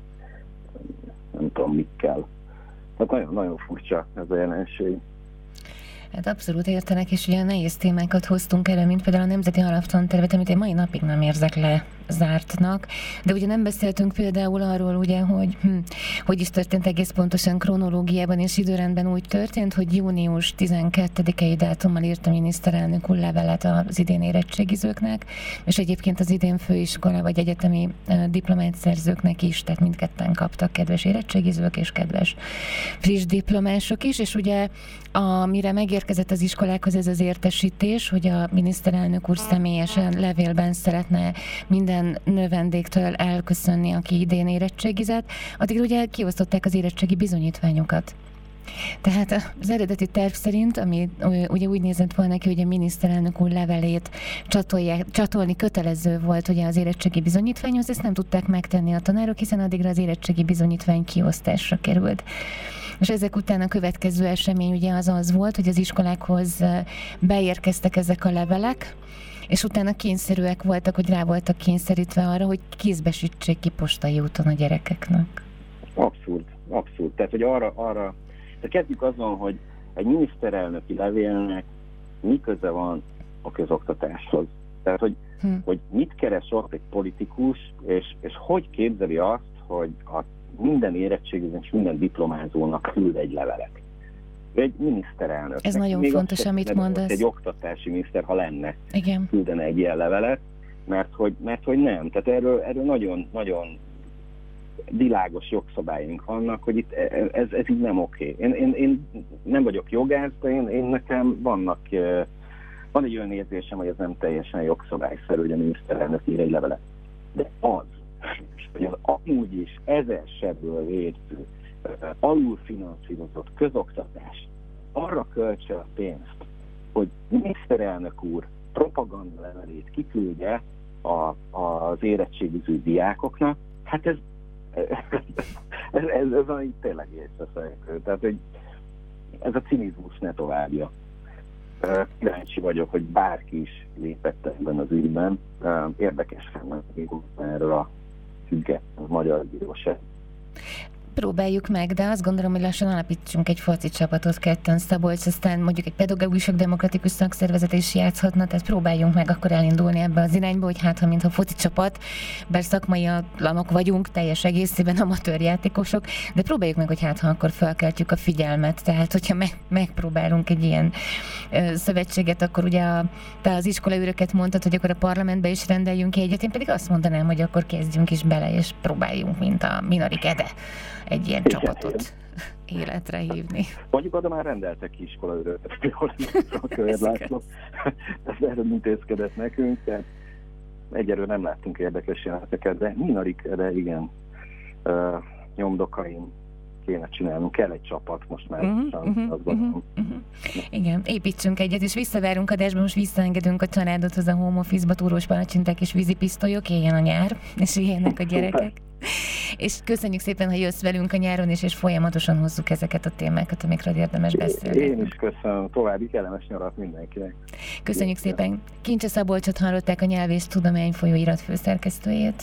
S6: nem tudom, mikkel. Tehát nagyon, nagyon furcsa ez a jelenség.
S3: Hát abszolút értenek, és ugye nehéz témákat hoztunk elő, mint például a Nemzeti Alaptantervet, amit én mai napig nem érzek le zártnak, de ugye nem beszéltünk például arról, ugye, hogy hm, hogy is történt egész pontosan kronológiában és időrendben. Úgy történt, hogy június tizenkettedikei dátummal írt a miniszterelnök úr levelet az idén érettségizőknek, és egyébként az idén főiskola vagy egyetemi uh, diplomát szerzőknek is, tehát mindketten kaptak, kedves érettségizők és kedves friss diplomások is, és ugye amire megérkezett az iskolákhoz ez az értesítés, hogy a miniszterelnök úr személyesen levélben szeretne minden növendéktől elköszönni, aki idén érettségizett, addig ugye kiosztották az érettségi bizonyítványokat. Tehát az eredeti terv szerint, ami ugye úgy nézett volna ki, hogy a miniszterelnök úr levelét csatolják, csatolni kötelező volt ugye az érettségi bizonyítványhoz, ezt nem tudták megtenni a tanárok, hiszen addigra az érettségi bizonyítvány kiosztásra került. És ezek után a következő esemény ugye az az volt, hogy az iskolákhoz beérkeztek ezek a levelek, és utána kényszerűek voltak, hogy rá voltak kényszerítve arra, hogy kézbesítsék ki postai úton a gyerekeknek.
S6: Abszurd, abszurd. Tehát, hogy arra, arra de kezdjük azon, hogy egy miniszterelnöki levélnek mi köze van a közoktatáshoz. Tehát, hogy, hm. hogy mit keres ott egy politikus, és, és hogy képzeli azt, hogy a minden érettségiző és minden diplomázónak küld egy levelet. Egy miniszterelnök.
S3: Ez nagyon fontos, amit mondasz.
S6: Egy oktatási miniszter, ha lenne,
S3: igen,
S6: küldene egy ilyen levelet, mert hogy, mert hogy nem. Tehát erről, erről nagyon, nagyon világos jogszabályunk vannak, hogy itt ez, ez így nem oké. Én, én, én nem vagyok jogász, de én, én nekem vannak, van egy olyan érzésem, hogy ez nem teljesen jogszabályszerű, hogy a miniszterelnök ír egy levelet. De az, hogy az amúgy is ezer-sebből védő, alulfinanszírozott közoktatás arra költse a pénzt, hogy miniszterelnök úr propaganda levelét kiküldje a, az érettségiző diákoknak, hát ez ez, ez, ez van így tényleg észreszekő. Tehát, hogy ez a cinizmus ne továbbja. Kíváncsi vagyok, hogy bárki is lépett ebben az ügyben. Érdekes lenne erről a független magyar bíróság.
S3: Próbáljuk meg, de azt gondolom, hogy lassan alapítsunk egy foci csapatot ketten, Szabolcs, aztán mondjuk egy pedagógusok demokratikus szakszervezet is játszhatna, tehát próbáljunk meg akkor elindulni ebbe az irányba, hogy hát, ha mintha foci csapat, bár szakmai lanok vagyunk, teljes egészében amatőr játékosok, de próbáljuk meg, hogy hát, ha akkor felkeltjük a figyelmet, tehát hogyha meg, megpróbálunk egy ilyen ö, szövetséget, akkor ugye a, te az iskolaőröket mondtad, hogy akkor a parlamentbe is rendeljünk egyet, én pedig azt mondanám, hogy akkor kezdjünk is bele, és próbáljunk, mint a Minarik Ede, egy ilyen igen, csapatot igen. életre hívni.
S6: Mondjuk oda már rendeltek ki iskolaőröket, jól a Kövér László. Ez erről intézkedett nekünk, tehát egyelőre nem láttunk érdekes jeleneteket, de Minarik, de igen, uh, nyomdokain kéne csinálnunk, kell egy csapat most már.
S3: Uh-huh, uh-huh, uh-huh, uh-huh. Igen, építsünk egyet, és visszavárunk adásba, most visszaengedünk a családot a home office-ba, túrós palacsinták és vízipisztolyok, éljen a nyár, és éljenek a gyerekek. És köszönjük szépen, hogy jössz velünk a nyáron is, és folyamatosan hozzuk ezeket a témákat, amikről érdemes beszélni.
S6: Én is köszönöm. További kellemes nyarat mindenkinek.
S3: Köszönjük Én szépen. Kincse Szabolcsot hallották, a Nyelv és Tudomány folyóirat főszerkesztőjét.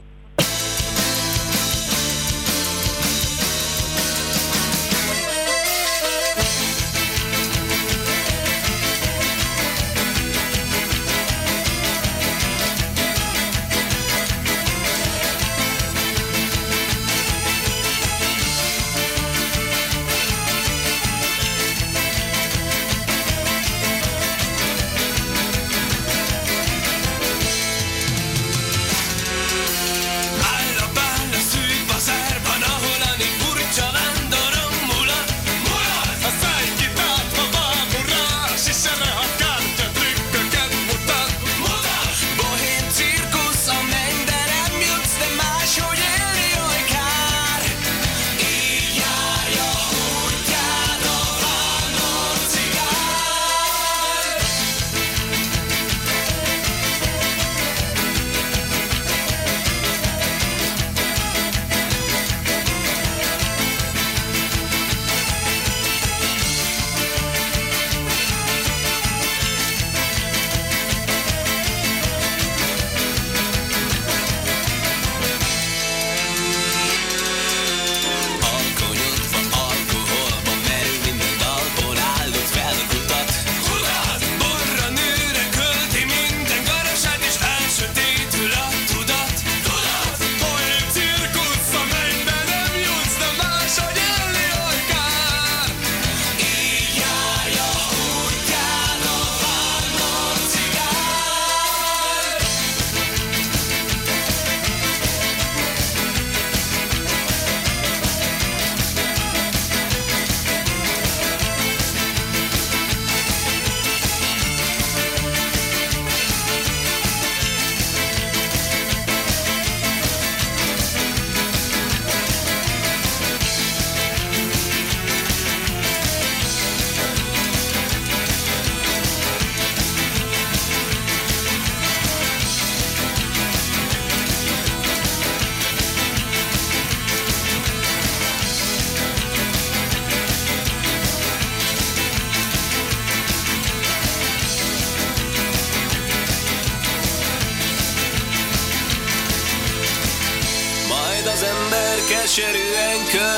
S7: keserűen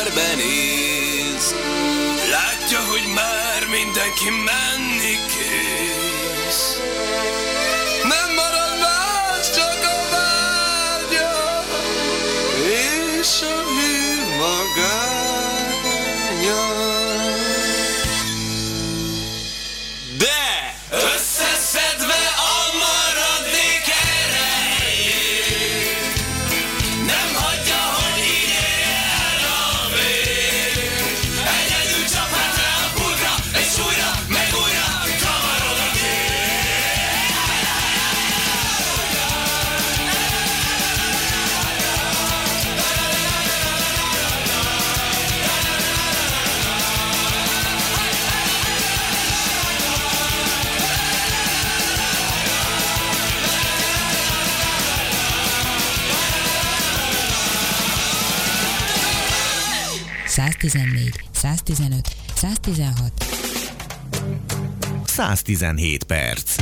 S7: körbenéz. Látja, hogy már mindenki menni kész. Nem marad más, csak a vágya és a hű magánya. De összeszedve a maradék erejét, nem hagyja, hogy így
S2: száztizennégy, száztizenöt, száztizenhat.
S1: száztizenhét perc.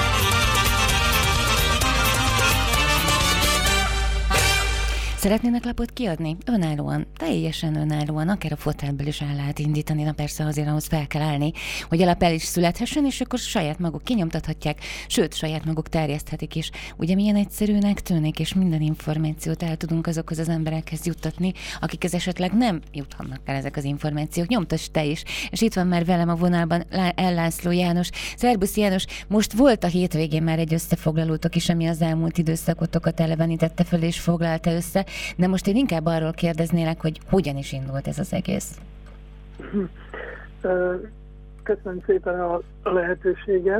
S3: Szeretnének lapot kiadni? Önállóan, teljesen önállóan, akár a fotelből is el lehet indítani, na persze azért ahhoz fel kell állni, hogy a lap el is születhessen, és akkor saját maguk kinyomtathatják, sőt, saját maguk terjeszthetik is. Ugye milyen egyszerűnek tűnik, és minden információt el tudunk azokhoz az emberekhez juttatni, akikhez esetleg nem juthatnak el ezek az információk. Nyomtass te is. És itt van már velem a vonalban L. László János. Szerbusz János, most volt a hétvégén már egy összefoglalótok is, ami az elmúlt időszakotokat elevenítette föl és foglalta össze. De most én inkább arról kérdeznélek, hogy hogyan is indult ez az egész.
S8: Köszönöm szépen a, a lehetőséget.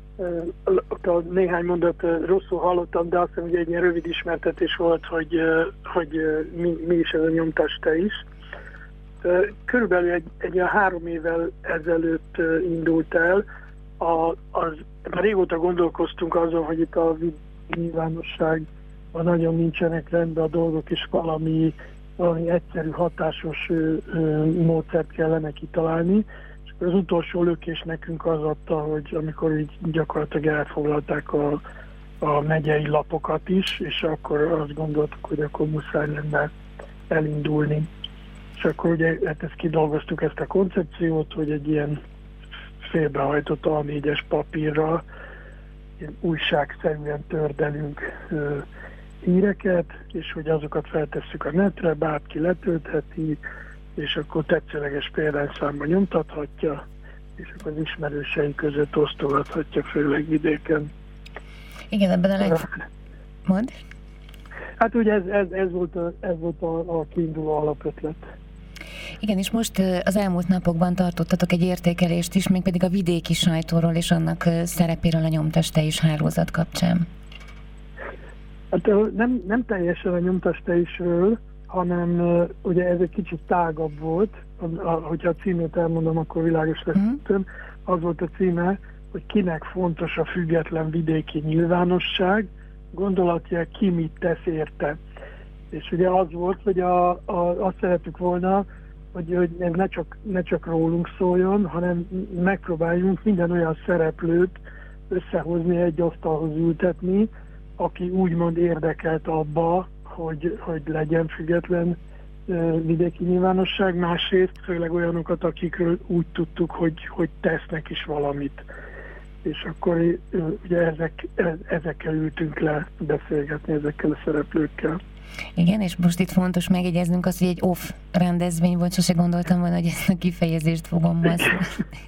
S8: A néhány mondat rosszul hallottam, de azt hiszem, hogy egy ilyen rövid ismertetés volt, hogy, hogy mi, mi is ez a nyomtas te is. Körülbelül egy, egy olyan három évvel ezelőtt indult el. A, az, már régóta gondolkoztunk azon, hogy itt a nyilvánosság ha nagyon nincsenek rendben a dolgok, és valami, valami egyszerű, hatásos ö, ö, módszert kellene kitalálni. És az utolsó lökés nekünk az adta, hogy amikor így gyakorlatilag elfoglalták a, a megyei lapokat is, és akkor azt gondoltuk, hogy akkor muszáj lenne elindulni. És akkor ugye hát ezt kidolgoztuk ezt a koncepciót, hogy egy ilyen félbehajtott á négyes papírra ilyen újságszerűen tördelünk ö, híreket, és hogy azokat feltesszük a netre, bárki letöltheti, és akkor tetszőleges példányszámba nyomtathatja, és akkor az ismerősei között osztogathatja, főleg vidéken.
S3: Igen, ebben a leg... Mondd?
S8: Hát ugye ez, ez, ez volt, a, ez volt a, a kiinduló alapötlet.
S3: Igen, és most az elmúlt napokban tartottatok egy értékelést is, mégpedig a vidéki sajtóról és annak szerepéről a Nyomtass te is hálózat kapcsán.
S8: Hát nem, nem teljesen a Nyomtass te isről, hanem uh, ugye ez egy kicsit tágabb volt, a, a, hogyha a címét elmondom, akkor világos lesz. Mm. Az volt a címe, hogy kinek fontos a független vidéki nyilvánosság, gondolatja ki mit tesz érte. És ugye az volt, hogy a, a, azt szerettük volna, hogy, hogy ez ne csak, ne csak rólunk szóljon, hanem megpróbáljunk minden olyan szereplőt összehozni, egy asztalhoz ültetni, aki úgymond érdekelt abba, hogy, hogy legyen független uh, vidéki nyilvánosság, másrészt főleg olyanokat, akikről úgy tudtuk, hogy, hogy tesznek is valamit. És akkor uh, ugye ezek, ezekkel ültünk le beszélgetni, ezekkel a szereplőkkel.
S3: Igen, és most itt fontos megjegyeznünk azt, hogy egy off rendezvény volt, sose gondoltam volna, hogy ezt a kifejezést fogom használni.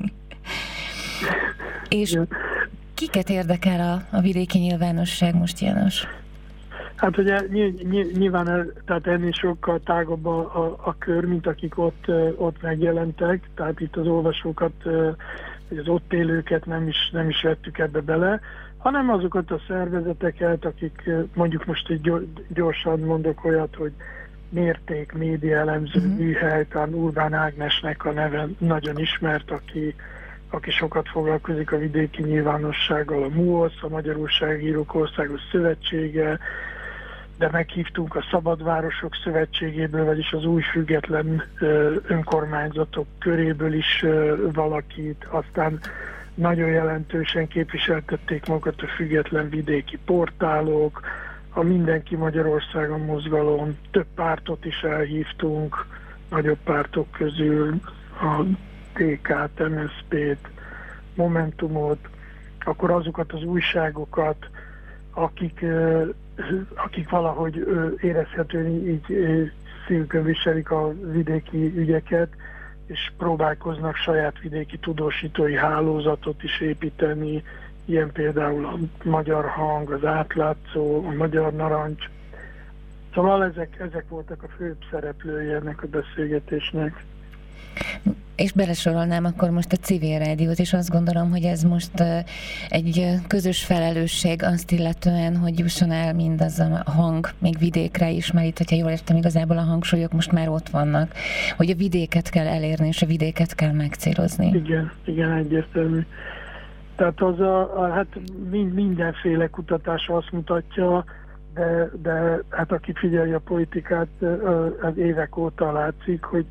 S3: És kiket érdekel a, a vidéki nyilvánosság most, János?
S8: Hát ugye nyilván tehát ennél sokkal tágabb a, a, a kör, mint akik ott, ott megjelentek, tehát itt az olvasókat, vagy az ott élőket nem is, nem is vettük ebbe bele, hanem azokat a szervezeteket, akik mondjuk most így gyorsan mondok olyat, hogy Mérték, média elemző uh-huh. műhely, talán Urbán Ágnesnek a neve nagyon ismert, aki, aki sokat foglalkozik a vidéki nyilvánossággal, a MUOSZ, a Magyar Újságírók Országos Szövetsége, de meghívtunk a Szabadvárosok Szövetségéből, vagyis az új független önkormányzatok köréből is valakit, aztán nagyon jelentősen képviseltették magukat a független vidéki portálok, a Mindenki Magyarországon mozgalom, több pártot is elhívtunk, nagyobb pártok közül a té ká-t, em es zé pé-t, Momentumot, akkor azokat az újságokat, akik, akik valahogy érezhetően így szívükön viselik a vidéki ügyeket, és próbálkoznak saját vidéki tudósítói hálózatot is építeni, ilyen például a Magyar Hang, az Átlátszó, a Magyar Narancs. Szóval ezek, ezek voltak a főbb szereplői ennek a beszélgetésnek.
S3: És belesorolnám akkor most a civil rádiót, és azt gondolom, hogy ez most egy közös felelősség azt illetően, hogy jusson el mindaz a hang még vidékre is, mert itt, hogyha jól értem, igazából a hangsúlyok most már ott vannak, hogy a vidéket kell elérni, és a vidéket kell megcélozni.
S8: Igen, igen, egyértelmű. Tehát az a, a hát mind, mindenféle kutatás azt mutatja, de, de hát aki figyeli a politikát, az évek óta látszik, hogy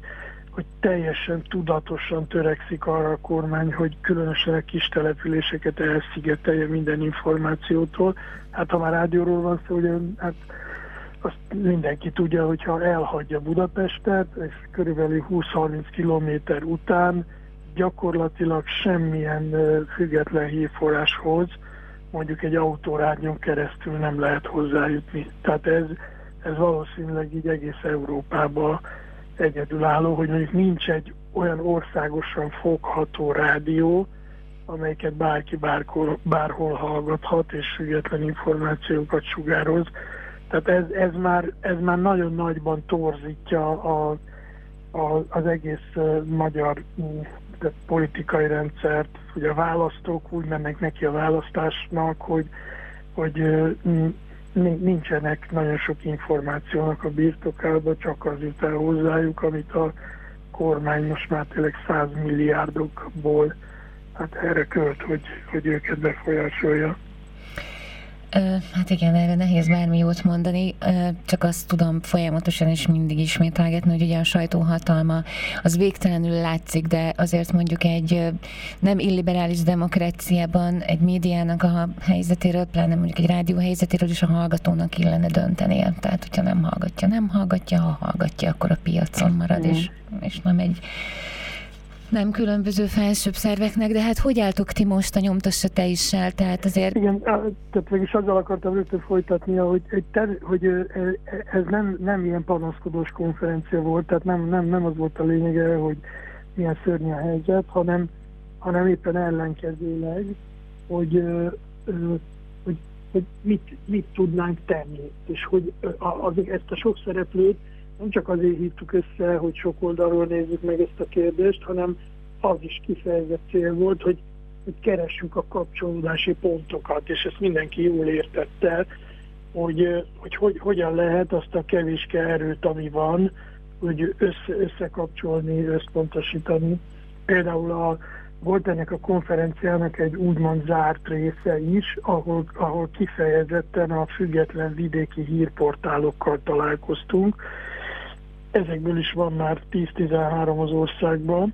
S8: hogy teljesen tudatosan törekszik arra a kormány, hogy különösen a kis településeket elszigetelje minden információtól. Hát ha már rádióról van szó, ugye, hát azt mindenki tudja, hogyha elhagyja Budapestet, és körülbelül húsz-harminc kilométer után gyakorlatilag semmilyen független hírforráshoz, mondjuk egy autórádión keresztül nem lehet hozzájutni. Tehát ez, ez valószínűleg így egész Európában egyedülálló, hogy mondjuk nincs egy olyan országosan fogható rádió, amelyiket bárki bárkor, bárhol hallgathat, és független információkat sugároz. Tehát ez, ez, már, ez már nagyon nagyban torzítja a, a, az egész uh, magyar uh, politikai rendszert. Ugye a választók úgy mennek neki a választásnak, hogy, hogy uh, nincsenek nagyon sok információnak a birtokában, csak az jut el hozzájuk, amit a kormány most már tényleg száz milliárdokból hát erre költ, hogy, hogy őket befolyásolja.
S3: Hát igen, erre nehéz bármi jót mondani, csak azt tudom folyamatosan és mindig ismételgetni, hogy ugye a sajtó hatalma az végtelenül látszik, de azért mondjuk egy nem illiberális demokráciában egy médiának a helyzetéről, pláne mondjuk egy rádió helyzetéről is a hallgatónak illene döntenie. Tehát, hogyha nem hallgatja, nem hallgatja, ha hallgatja, akkor a piacon marad, mm. és, és nem egy nem különböző felsőbb szerveknek, de hát hogy álltok ti most a Nyomtassa te issel? Tehát azért...
S8: Igen, tehát mégis azzal akartam rögtön folytatni, hogy, egy ter- hogy ez nem, nem ilyen panaszkodós konferencia volt, tehát nem, nem, nem az volt a lényege, hogy milyen szörnyű a helyzet, hanem, hanem éppen ellenkezőleg, hogy, hogy, hogy mit, mit tudnánk tenni, és hogy az, ezt a sok szereplőt nem csak azért hívtuk össze, hogy sok oldalról nézzük meg ezt a kérdést, hanem az is kifejezett cél volt, hogy, hogy keressük a kapcsolódási pontokat, és ezt mindenki jól értette, hogy, hogy, hogy hogyan lehet azt a kevéske erőt, ami van, hogy össze, összekapcsolni, összpontosítani. Például a, volt ennek a konferenciának egy úgymond zárt része is, ahol, ahol kifejezetten a független vidéki hírportálokkal találkoztunk. Ezekből is van már tíz-tizenhárom az országban,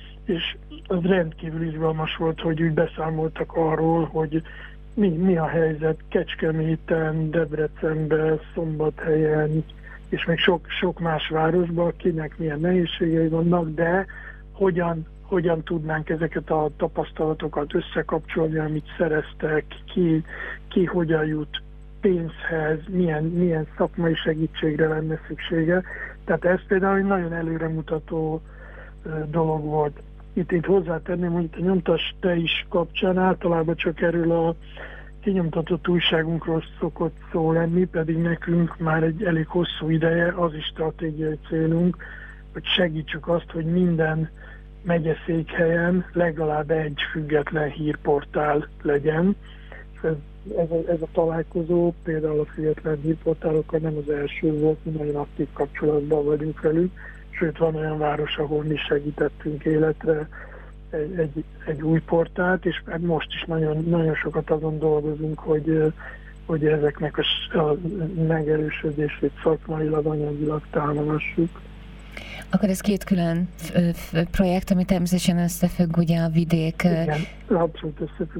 S8: és az rendkívül izgalmas volt, hogy úgy beszámoltak arról, hogy mi, mi a helyzet Kecskeméten, Debrecenben, Szombathelyen, és még sok, sok más városban, kinek milyen nehézségei vannak, de hogyan, hogyan tudnánk ezeket a tapasztalatokat összekapcsolni, amit szereztek, ki, ki hogyan jut pénzhez, milyen, milyen szakmai segítségre lenne szüksége. Tehát ez például egy nagyon előremutató dolog volt. Itt, itt hozzátenném, hogy itt a Nyomtass te is kapcsán általában csak erről a kinyomtatott újságunkról szokott szó lenni, pedig nekünk már egy elég hosszú ideje az is stratégiai célunk, hogy segítsük azt, hogy minden megyeszékhelyen legalább egy független hírportál legyen. Ez, ez, a, ez a találkozó például a független hírportálokkal nem az első volt, mi nagyon aktív kapcsolatban vagyunk velük, sőt van olyan város, ahol mi segítettünk életre egy, egy, egy új portált, és most is nagyon, nagyon sokat azon dolgozunk, hogy, hogy ezeknek a, a megerősödését szakmailag, anyagilag támogassuk.
S3: Akkor ez két külön projekt, ami természetesen összefügg ugye a vidék...
S8: Igen, abszolút összefügg.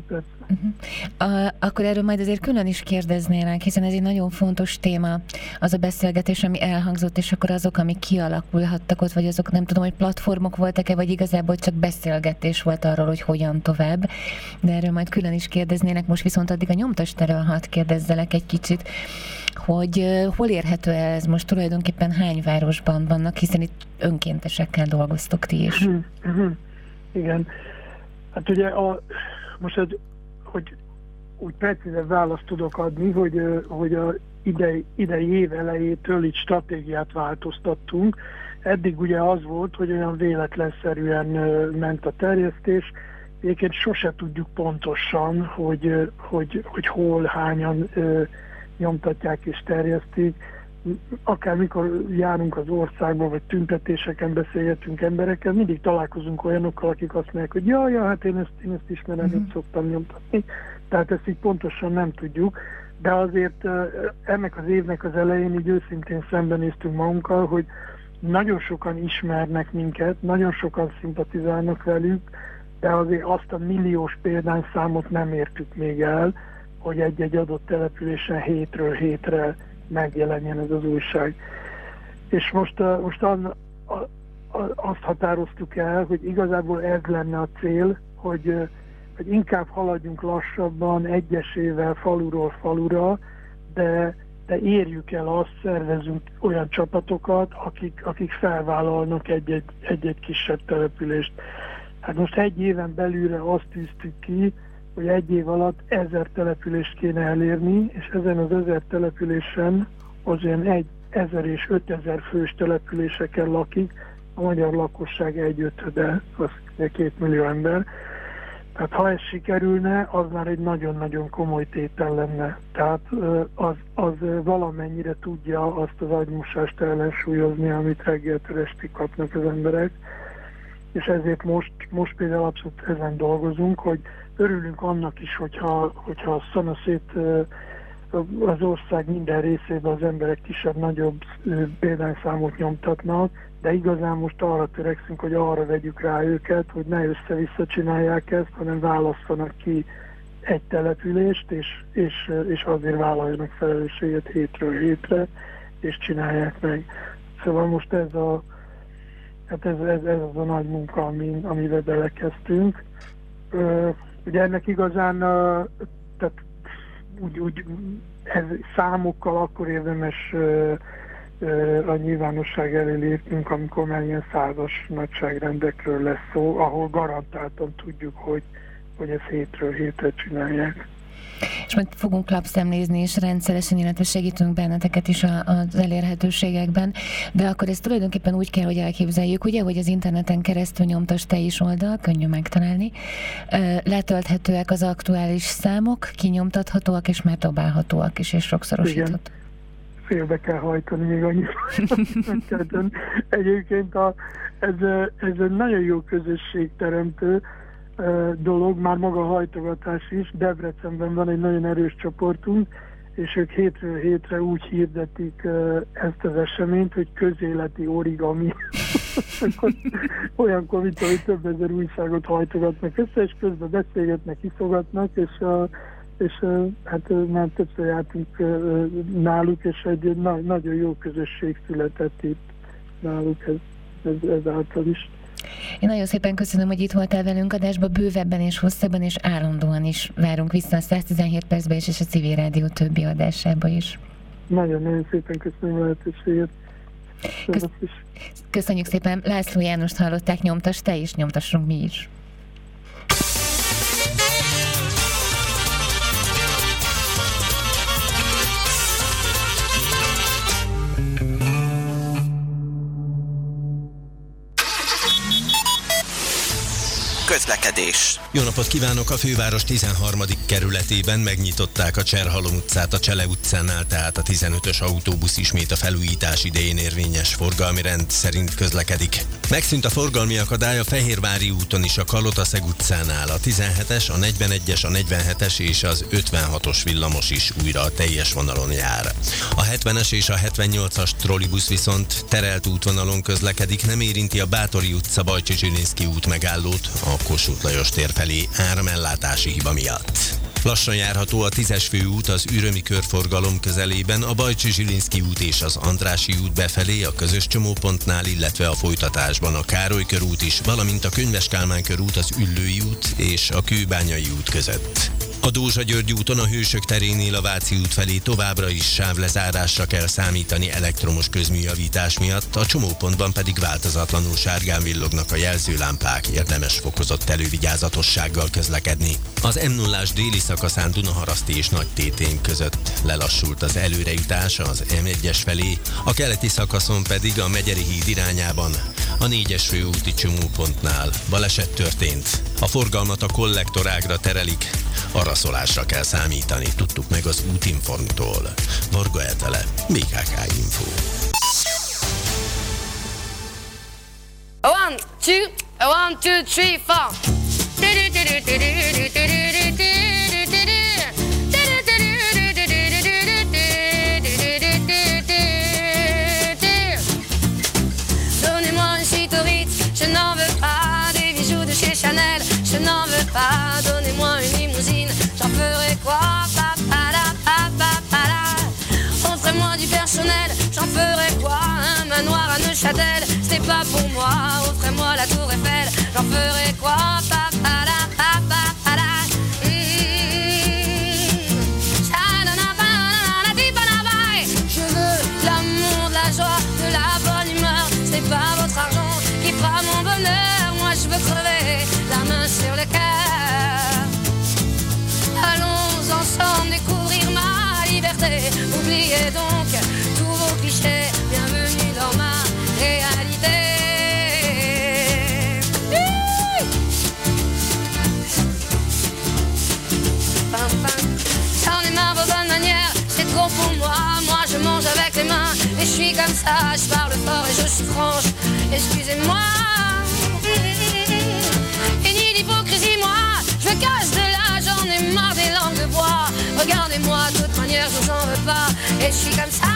S3: Uh-huh. A, akkor erről majd azért külön is kérdeznélek, hiszen ez egy nagyon fontos téma, az a beszélgetés, ami elhangzott, és akkor azok, amik kialakulhattak ott, vagy azok nem tudom, hogy platformok voltak-e, vagy igazából csak beszélgetés volt arról, hogy hogyan tovább, de erről majd külön is kérdeznélek, most viszont addig a Nyomtassáról hadd kérdezzelek egy kicsit, hogy uh, hol érhető el ez most, tulajdonképpen hány városban vannak, hiszen itt önkéntesekkel dolgoztok ti is.
S8: Uh-huh, uh-huh. Igen. Hát ugye a, most ez, hogy úgy precízebb választ tudok adni, hogy, hogy a idei, idei év elejétől itt stratégiát változtattunk. Eddig ugye az volt, hogy olyan véletlenszerűen ment a terjesztés. Egyébként sose tudjuk pontosan, hogy, hogy, hogy hol, hányan nyomtatják és terjesztik. Akár mikor járunk az országban, vagy tüntetéseken beszélgetünk emberekkel, mindig találkozunk olyanokkal, akik azt mondják, hogy ja, ja, hát én ezt, én ezt ismerem, uh-huh. itt szoktam nyomtatni. Tehát ezt így pontosan nem tudjuk, de azért ennek az évnek az elején így őszintén szembenéztünk magunkkal, hogy nagyon sokan ismernek minket, nagyon sokan szimpatizálnak velük, de azért azt a milliós példányszámot nem értük még el, hogy egy-egy adott településen hétről hétre megjelenjen ez az újság. És most, most az, azt határoztuk el, hogy igazából ez lenne a cél, hogy, hogy inkább haladjunk lassabban, egyesével, faluról falura, de, de érjük el azt, szervezünk olyan csapatokat, akik, akik felvállalnak egy-egy, egy-egy kisebb települést. Hát most egy éven belülre azt tűztük ki, hogy egy év alatt ezer települést kéne elérni, és ezen az ezer településen az olyan egy ezer és ötezer fős településeken lakik, a magyar lakosság egy ötöde, az két millió ember. Tehát ha ez sikerülne, az már egy nagyon-nagyon komoly tétel lenne. Tehát az, az valamennyire tudja azt az agymosást ellensúlyozni, amit reggeltől estig kapnak az emberek. És ezért most, most például abszolút ezen dolgozunk, hogy örülünk annak is, hogyha, hogyha a szanaszét az ország minden részében az emberek kisebb-nagyobb példányszámot nyomtatnak, de igazán most arra törekszünk, hogy arra vegyük rá őket, hogy ne össze-vissza csinálják ezt, hanem válasszanak ki egy települést, és, és, és azért vállaljanak felelősséget hétről hétre, és csinálják meg. Szóval most ez a Hát ez, ez, ez az a nagy munka, ami, amivel belekezdtünk. Ö, ugye ennek igazán uh, tehát úgy, úgy ez számokkal akkor érdemes uh, uh, a nyilvánosság elé lépnünk, amikor már ilyen százas nagyságrendekről lesz szó, ahol garantáltan tudjuk, hogy, hogy ezt hétről hétre csinálják.
S3: És majd fogunk lapszemlézni is rendszeresen, illetve segítünk benneteket is a, az elérhetőségekben, de akkor ezt tulajdonképpen úgy kell, hogy elképzeljük, ugye, hogy az interneten keresztül nyomtas te is oldal, könnyű megtalálni, letölthetőek az aktuális számok, kinyomtathatóak és már dobálhatóak is, és sokszorosítható.
S8: Félbe kell hajtani még annyit. Egyébként a, ez, ez egy nagyon jó közösségteremtő dolog, már maga a hajtogatás is. Debrecenben van egy nagyon erős csoportunk, és ők hétről hétre úgy hirdetik ezt az eseményt, hogy közéleti origami. Olyankor, mint hogy több ezer újságot hajtogatnak össze, és közben beszélgetnek, iszogatnak, és, a, és a, hát már többször jártunk náluk, és egy na- nagyon jó közösség született itt náluk ez, ez, ezáltal is.
S3: Én nagyon szépen köszönöm, hogy itt voltál velünk adásba, bővebben és hosszabban, és állandóan is várunk vissza a száz tizenhét percbe is, és a Civil Rádió többi adásába is.
S8: Nagyon-nagyon szépen köszönöm a lehetőséget.
S3: Kösz- köszönjük szépen, László Jánost hallották, nyomtas te is, nyomtassunk mi is.
S5: Közlekedés. Jó napot kívánok! A főváros tizenharmadik kerületében megnyitották a Cserhalom utcát a Csele utcánál, tehát a tizenötös autóbusz ismét a felújítás idején érvényes forgalmi rend szerint közlekedik. Megszűnt a forgalmi akadály a Fehérvári úton is a Kalotaszeg utcánál, a tizenhetes, a negyvenegyes, a negyvenhetes és az ötvenhatos villamos is újra a teljes vonalon jár. A hetvenes és a hetvennyolcas trollibusz viszont terelt útvonalon közlekedik, nem érinti a Bátori utca Bajcsi Zsilinszky út megállót a Kossuth Lajos tér felé áramellátási hiba miatt. Lassan járható a tízes főút az Ürömi körforgalom közelében, a Bajcsi Zsilinszky út és az Andrássy út befelé a közös csomópontnál, illetve a folytatásban a Károly körút is, valamint a Könyves Kálmán körút az Üllői út és a Kőbányai út között. A Dózsa-György úton a Hősök terénél a Váci út felé továbbra is sávlezárásra kell számítani elektromos közműjavítás miatt, a csomópontban pedig változatlanul sárgán villognak a jelzőlámpák, érdemes fokozott elővigyázatossággal közlekedni. Az em nullás déli szakaszán Dunaharaszti és Nagytétén között lelassult az előrejutás az em egyes felé, a keleti szakaszon pedig a Megyeri híd irányában a négyes főúti csomópontnál baleset történt. A forgalmat a kollektorágra terelik, araszolásra kell számítani, tudtuk meg az Útinformtól. Varga Etele, bé ká ká Info.
S9: One, two, one, two, three, four. Neuchâtel, ce n'est pas pour moi. Offrez-moi la tour Eiffel, j'en ferai quoi? Pa, pa, la, pa, pa, pa, la. Je veux l'amour, de la joie, de la bonne humeur. C'est pas votre argent qui fera mon bonheur. Moi je veux crever la main sur le cœur. Allons ensemble découvrir ma liberté. Oubliez donc tous vos clichés. Bienvenue dans ma réalité. J'en ai marre vos bonnes manières, c'est trop pour moi. Moi je mange avec les mains et je suis comme ça. Je parle fort et je suis franche, excusez-moi. Fini l'hypocrisie, moi je veux casse de là. J'en ai marre des langues de bois. Regardez-moi, de toute manière je vous en veux pas. Et je suis comme ça.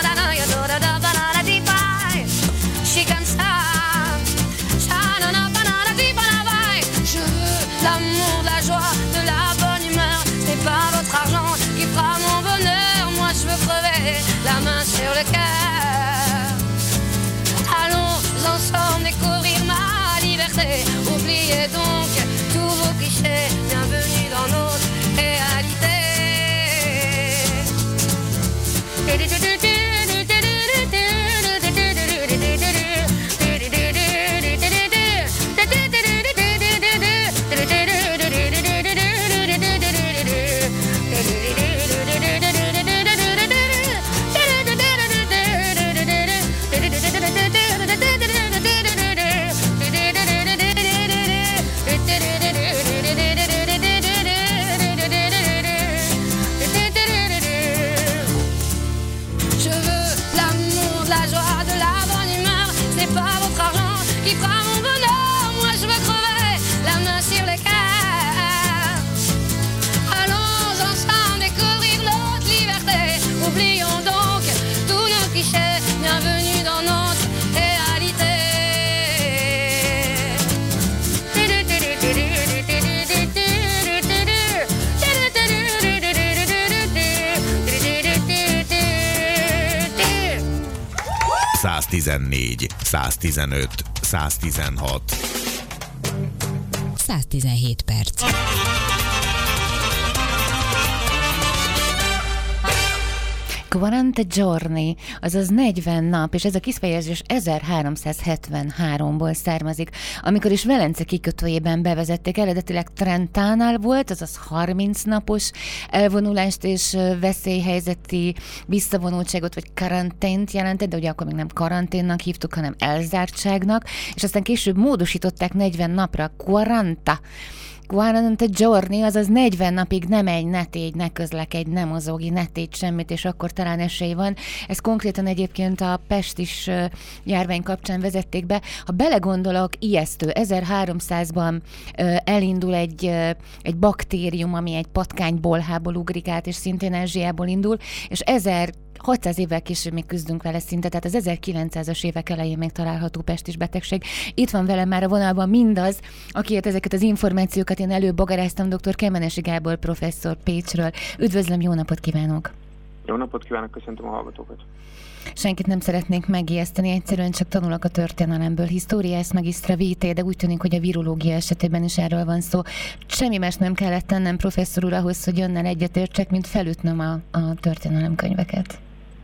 S9: Je suis comme ça. Je veux l'amour, de la joie, de la bonne humeur. C'est pas votre argent qui fera mon bonheur. Moi je veux crever la main sur le cœur. Allons ensemble découvrir ma liberté. Oubliez donc tous vos clichés. Bienvenue dans notre réalité.
S1: száztizennégy, száztizenöt, száztizenhat.
S2: száztizenhét perc.
S3: quaranta giorni, azaz negyven nap, és ez a kifejezés ezerháromszázhetvenháromból származik, amikor is Velence kikötőjében bevezették. Eredetileg Trentánál volt, azaz harminc napos elvonulást és veszélyhelyzeti visszavonultságot, vagy karantént jelentett, de ugye akkor még nem karanténnak hívtuk, hanem elzártságnak, és aztán később módosították negyven napra, quaranta. quaranta giorni, azaz negyven napig ne menj, ne tégy, ne közlekedj, ne mozogj, ne tégy semmit, és akkor talán esély van. Ez konkrétan egyébként a pestis járvány kapcsán vezették be. Ha belegondolok, ijesztő. ezerháromszázban elindul egy, egy baktérium, ami egy patkánybolhából ugrik át, és szintén Ázsiából indul, és ezerhatszáz évvel később még küzdünk vele szinte, tehát az ezerkilencszázas évek elején még található pestis betegség. Itt van velem már a vonalban mindaz, akiért ezeket az információkat én előbogaráztam, dr. Kemenesi Gábor professzor Pécsről. Üdvözlöm, jó napot kívánok!
S10: Jó napot kívánok, köszöntöm a hallgatókat!
S3: Senkit nem szeretnék megijeszteni, egyszerűen csak tanulok a történelemből. Historiász magistra vitae, de úgy tűnik, hogy a virológia esetében is erről van szó. Semmi más nem kellett tennem, professzor úr, ahhoz, hogy önnel egyetértsek, mint felütnöm a, a történelemkönyveket.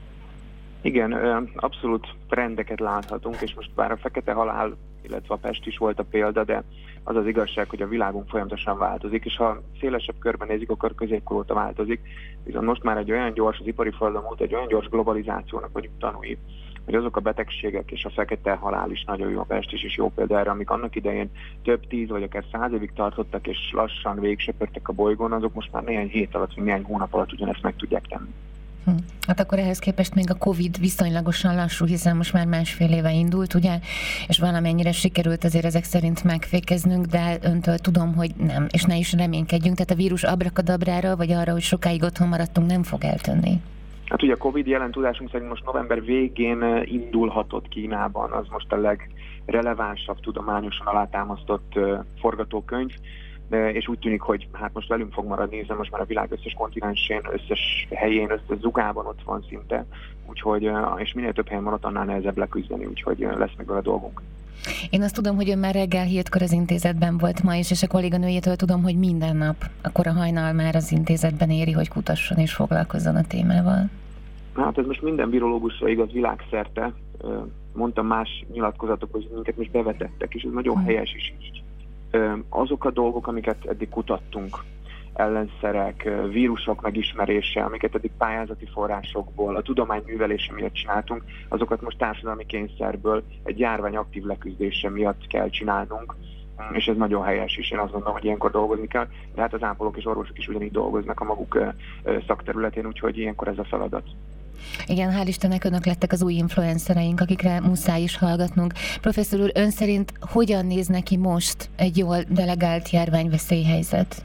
S10: Igen, abszolút trendeket láthatunk, és most bár a fekete halál, illetve a pest is volt a példa, de az az igazság, hogy a világunk folyamatosan változik, és ha szélesebb körben nézik, akkor középkor óta változik. Viszont most már egy olyan gyors, az ipari forradalom óta egy olyan gyors globalizációnak vagyunk tanúi, hogy azok a betegségek és a fekete halál is nagyon jó, a pest is, is jó példa erre, amik annak idején több tíz vagy akár száz évig tartottak, és lassan végsöpörtek a bolygón, azok most már néhány hét alatt, vagy néhány hónap alatt ugyanezt meg tudják tenni.
S3: Hm. Hát akkor ehhez képest még a Covid viszonylagosan lassú, hiszen most már másfél éve indult, ugye? És valamennyire sikerült azért ezek szerint megfékeznünk, de öntől tudom, hogy nem, és ne is reménykedjünk. Tehát a vírus abrakadabrára, vagy arra, hogy sokáig otthon maradtunk, nem fog eltűnni.
S10: Hát ugye a Covid jelen tudásunk szerint most november végén indulhatott Kínában, az most a legrelevánsabb, tudományosan alátámasztott uh, forgatókönyv. és úgy tűnik, hogy hát most velünk fog maradni, hiszen most már a világ összes kontinensén, összes helyén, összes zugában ott van szinte, úgyhogy, és minél több helyen maradt, annál nehezebb leküzdeni, úgyhogy lesz meg vele dolgunk.
S3: Én azt tudom, hogy ön már reggel hétkor az intézetben volt ma is, és a kolléganőjétől tudom, hogy minden nap akkor a hajnal már az intézetben éri, hogy kutasson és foglalkozzon a témával.
S10: Hát ez most minden virológusra igaz világszerte. Mondtam más nyilatkozatokban, hogy minket most bevetettek, és ez nagyon hmm. helyes is így. Azok a dolgok, amiket eddig kutattunk, ellenszerek, vírusok megismerése, amiket eddig pályázati forrásokból, a tudomány művelése miatt csináltunk, azokat most társadalmi kényszerből egy járvány aktív leküzdése miatt kell csinálnunk, és ez nagyon helyes is. Én azt gondolom, hogy ilyenkor dolgozni kell, de hát az ápolók és orvosok is ugyanígy dolgoznak a maguk szakterületén, úgyhogy ilyenkor ez a feladat.
S3: Igen, hál' Istennek önök lettek az új influencereink, akikre muszáj is hallgatnunk. Professzor úr, ön szerint hogyan néz neki most egy jól delegált járványveszélyhelyzet?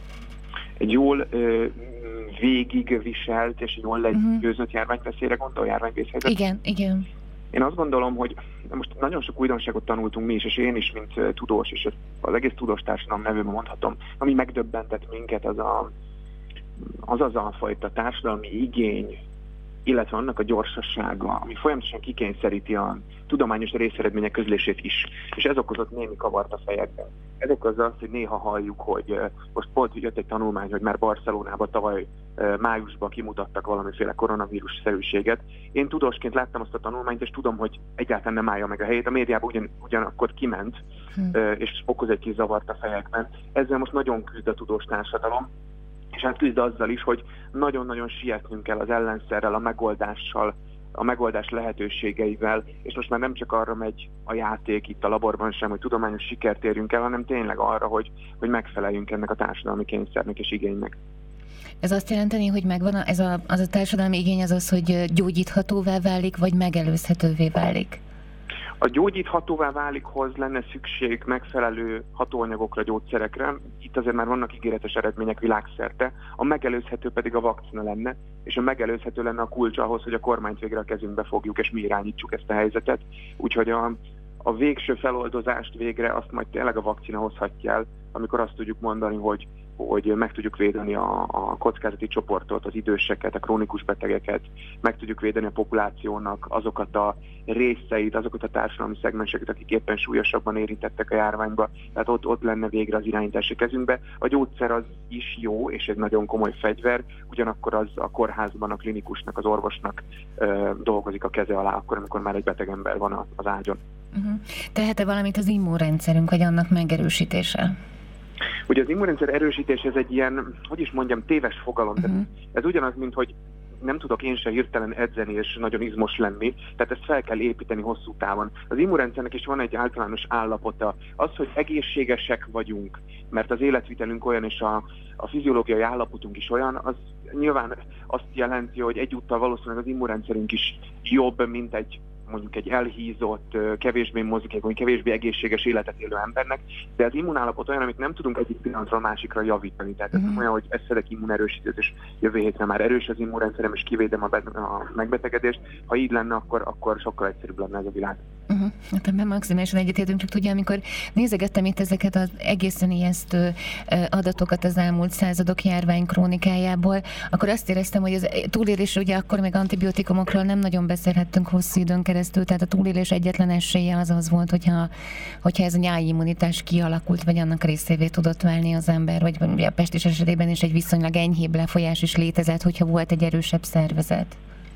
S10: Egy jól ö, végigviselt és jól legyőzött uh-huh. járványveszélyre gondol, járványvészhelyzet?
S3: Igen, igen.
S10: Én azt gondolom, hogy most nagyon sok újdonságot tanultunk mi is, és én is, mint uh, tudós, és az egész tudós társadalom nevében mondhatom, ami megdöbbentett minket, az a, az, az a fajta társadalmi igény, illetve annak a gyorsassága, ami folyamatosan kikényszeríti a tudományos részeredmények közlését is. És ez okozott némi kavart a fejekben. Ez okozza azt, hogy néha halljuk, hogy most pont jött egy tanulmány, hogy már Barcelonában tavaly májusban kimutattak valamiféle koronavírus-szerűséget. Én tudósként láttam azt a tanulmányt, és tudom, hogy egyáltalán nem állja meg a helyét. A médiában ugyan, ugyanakkor kiment, hm. és okoz egy kis zavart a fejekben. Ezzel most nagyon küzd a tudós társadalom, és hát küzd azzal is, hogy nagyon-nagyon sietnünk kell az ellenszerrel, a megoldással, a megoldás lehetőségeivel, és most már nem csak arra megy a játék itt a laborban sem, hogy tudományos sikert érjünk el, hanem tényleg arra, hogy, hogy megfeleljünk ennek a társadalmi kényszernek és igénynek.
S3: Ez azt jelenteni, hogy megvan a, ez a, az a társadalmi igény az az, hogy gyógyíthatóvá válik, vagy megelőzhetővé válik?
S10: A gyógyíthatóvá válikhoz lenne szükség megfelelő hatóanyagokra, gyógyszerekre. Itt azért már vannak ígéretes eredmények világszerte. A megelőzhető pedig a vakcina lenne, és a megelőzhető lenne a kulcs ahhoz, hogy a kormányt végre a kezünkbe fogjuk, és mi irányítsuk ezt a helyzetet. Úgyhogy a, a végső feloldozást végre azt majd tényleg a vakcina hozhatja el, amikor azt tudjuk mondani, hogy hogy meg tudjuk védeni a, a kockázati csoportot, az időseket, a krónikus betegeket, meg tudjuk védeni a populációnak azokat a részeit, azokat a társadalmi szegmenseket, akik éppen súlyosabban érintettek a járványba. Tehát ott, ott lenne végre az irányítási kezünkbe. A gyógyszer az is jó, és egy nagyon komoly fegyver, ugyanakkor az a kórházban a klinikusnak, az orvosnak ö, dolgozik a keze alá, akkor, amikor már egy beteg ember van az ágyon.
S3: Uh-huh. Tehet-e valamit az immunrendszerünk, vagy annak megerősítése?
S10: Ugye az immunrendszer erősítés, ez egy ilyen, hogy is mondjam, téves fogalom. Uh-huh. Ez ugyanaz, mint hogy nem tudok én se hirtelen edzeni és nagyon izmos lenni, tehát ezt fel kell építeni hosszú távon. Az immunrendszernek is van egy általános állapota. Az, hogy egészségesek vagyunk, mert az életvitelünk olyan és a, a fiziológiai állapotunk is olyan, az nyilván azt jelenti, hogy egyúttal valószínűleg az immunrendszerünk is jobb, mint egy mondjuk egy elhízott, kevésbé mozgékony, kevésbé egészséges életet élő embernek, de az immunállapot olyan, amit nem tudunk egyik pillanatról másikra javítani. Tehát ez uh-huh. olyan, hogy ezt szedek immunerősítőt, és jövő hétre már erős az immunrendszerem, és kivédem a, be- a megbetegedést. Ha így lenne, akkor, akkor sokkal egyszerűbb lenne ez a világ.
S3: Uh-huh. Hát ebben maximálisan egyetértünk, csak tudja, amikor nézegettem itt ezeket az egészen ijesztő adatokat az elmúlt századok járvány krónikájából, akkor azt éreztem, hogy az túlélésre ugye akkor még antibiotikumokról nem nagyon beszélhettünk hosszú időn keresztül, tehát a túlélés egyetlen esélye az az volt, hogyha, hogyha ez a nyájimmunitás kialakult, vagy annak részévé tudott válni az ember, vagy ugye a pestis esetében is egy viszonylag enyhébb lefolyás is létezett, hogyha volt egy erősebb szervezet.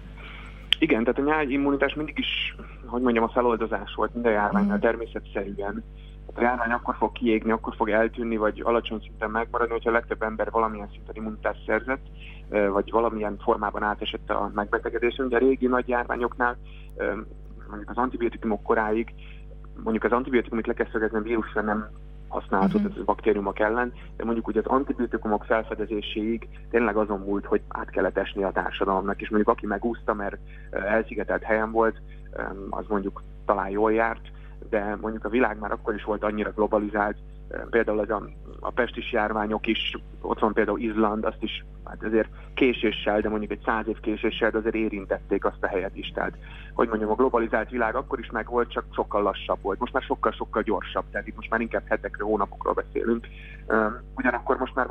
S10: Igen, tehát a nyájimmunitás mindig is, hogy mondjam, a feloldozás volt minden járványnál, mm. természetszerűen. A járvány akkor fog kiégni, akkor fog eltűnni, vagy alacsony szinten megmaradni, hogyha a legtöbb ember valamilyen szinten immunitást szerzett, vagy valamilyen formában átesett a megbetegedésen. De a régi nagy járványoknál, mondjuk az antibiotikumok koráig, mondjuk az antibiotikumot le kell szögezni, a vírusra nem használható, uh-huh. ez a baktériumok ellen, de mondjuk ugye az antibiotikumok felfedezéséig tényleg azon múlt, hogy át kellett esni a társadalomnak, és mondjuk aki megúszta, mert elszigetelt helyen volt, az mondjuk talán jól járt, de mondjuk a világ már akkor is volt annyira globalizált, például ez a, a pestis járványok is, ott van például Izland, azt is hát azért késéssel, de mondjuk egy száz év késéssel, de azért érintették azt a helyet is. Tehát, hogy mondjam, a globalizált világ akkor is meg volt, csak sokkal lassabb volt. Most már sokkal-sokkal gyorsabb, tehát itt most már inkább hetekről, hónapokról beszélünk.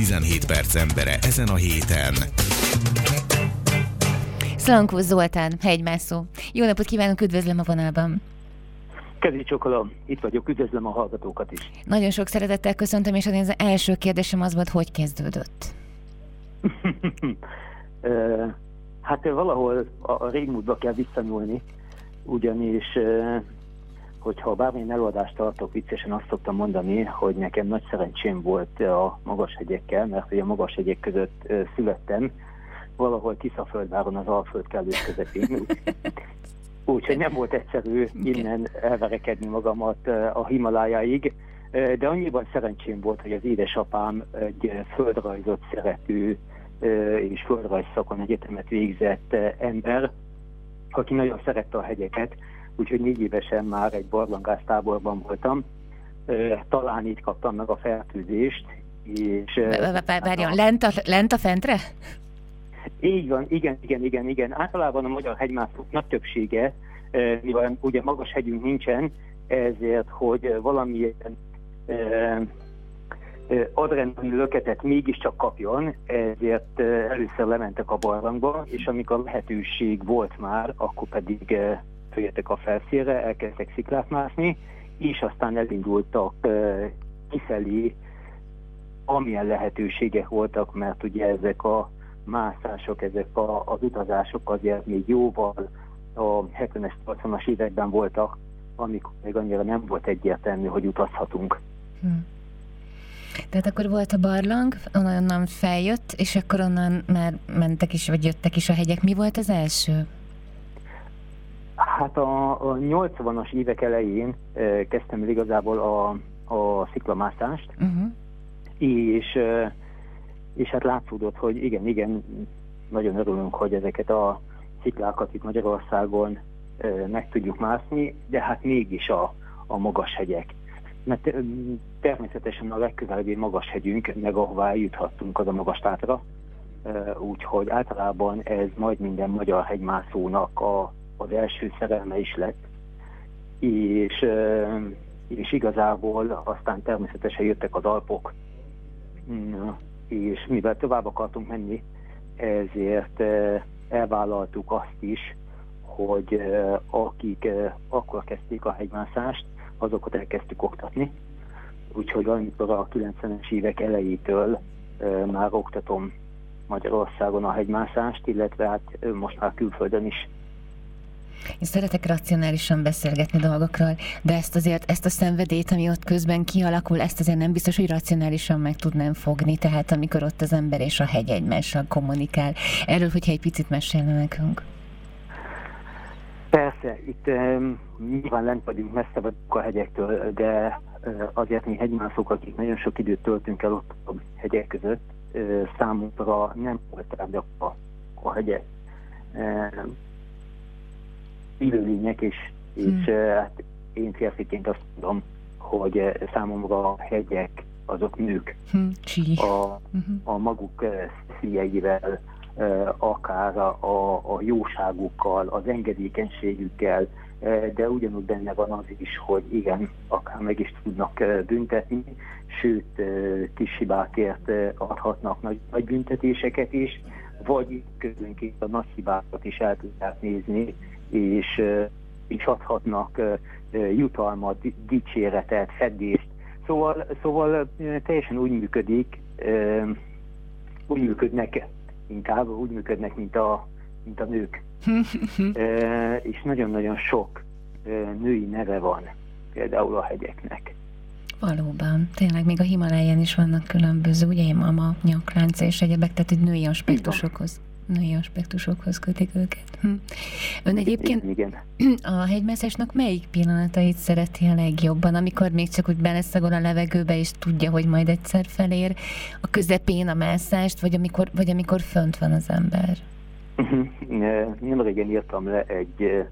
S1: száztizenhét perc embere ezen a héten.
S3: Szlankó Zoltán, hegymászó. Jó napot kívánok, üdvözlöm a vonalban.
S11: Kezi csokolom, itt vagyok, üdvözlöm a hallgatókat is.
S3: Nagyon sok szeretettel köszöntöm, és az első kérdésem az volt, hogy kezdődött?
S11: Hát valahol a régmúltba kell visszanyúlni, ugyanis hogyha bármilyen előadást tartok, viccesen azt szoktam mondani, hogy nekem nagy szerencsém volt a magashegyekkel, mert ugye a magashegyek között születtem, valahol Tiszaföldváron az Alföld kellős közepén. Úgyhogy nem volt egyszerű innen elverekedni magamat a Himalájáig, de annyiban szerencsém volt, hogy az édesapám egy földrajzot szerető és földrajzszakon egyetemet végzett ember, aki nagyon szerette a hegyeket, úgyhogy négy évesen már egy barlangásztáborban voltam. Talán így kaptam meg a fertőzést. És
S3: várjon, lent a, lent a fentre?
S11: Így van, igen, igen, igen, igen. Általában a magyar hegymászók nagy többsége, mivel ugye magas hegyünk nincsen, ezért, hogy valamilyen adrenalin löketet mégiscsak kapjon, ezért először lementek a barlangba, és amikor lehetőség volt már, akkor pedig följöttek a felszínre, elkezdtek sziklát mászni, és aztán elindultak kifelé, amilyen lehetőségek voltak, mert ugye ezek a mászások, ezek a, az utazások azért még jóval a hetvenes, nyolcvanas években voltak, amikor még annyira nem volt egyértelmű, hogy utazhatunk.
S3: Hm. Tehát akkor volt a barlang, onnan feljött, és akkor onnan már mentek is, vagy jöttek is a hegyek. Mi volt az első?
S11: Hát a, a nyolcvanas évek elején e, kezdtem el igazából a, a sziklamászást, uh-huh. és, e, és hát látszódott, hogy igen, igen, nagyon örülünk, hogy ezeket a sziklákat itt Magyarországon e, meg tudjuk mászni, de hát mégis a, a magas hegyek. Mert természetesen a legközelebbi magas hegyünk, meg ahová eljuthattunk, az a Magas-Tátra, úgyhogy általában ez majd minden magyar hegymászónak a, az első szerelme is lett, és, és igazából aztán természetesen jöttek az Alpok, és mivel tovább akartunk menni, ezért elvállaltuk azt is, hogy akik akkor kezdték a hegymászást, azokat elkezdtük oktatni. Úgyhogy amikor a kilencvenes évek elejétől e, már oktatom Magyarországon a hegymászást, illetve hát most már külföldön is.
S3: Én szeretek racionálisan beszélgetni dolgokról, de ezt azért, ezt a szenvedélyt, ami ott közben kialakul, ezt azért nem biztos, hogy racionálisan meg tudnám fogni, tehát amikor ott az ember és a hegy egymással kommunikál. Erről, hogyha egy picit mesélne nekünk.
S11: Persze, itt um, nyilván lent vagyunk, messze vagyunk a hegyektől, de uh, azért mi hegymászók, akik nagyon sok időt töltünk el ott a hegyek között, uh, számunkra nem volt tárgyak a, a hegyek. Uh, élőlények, és, hmm. és uh, hát én férfiként azt mondom, hogy uh, számomra a hegyek azok nők.
S3: Hmm.
S11: A, a maguk uh, szíjeivel, akár a, a, a jóságukkal, az engedékenységükkel, de ugyanúgy benne van az is, hogy igen, akár meg is tudnak büntetni, sőt, kis hibákért adhatnak nagy, nagy büntetéseket is, vagy közönként a nagy hibákat is el tudják nézni, és, és adhatnak jutalmat, dicséretet, fedést. Szóval, szóval teljesen úgy működik, úgy működnek inkább úgy működnek, mint a, mint a nők. e, és nagyon-nagyon sok e, női neve van, például a hegyeknek.
S3: Valóban. Tényleg még a Himaláján is vannak különböző, ugye, mama, nyaklánc és egyebek, tehát hogy női aspektusokhoz, női aspektusokhoz kötik őket. Hm. Ön egyébként
S11: igen.
S3: A hegymászásnak melyik pillanatait szereti a legjobban, amikor még csak úgy beleszagol a levegőbe, és tudja, hogy majd egyszer felér a közepén a mászást, vagy amikor, vagy amikor fönt van az ember?
S11: Nem régen írtam le egy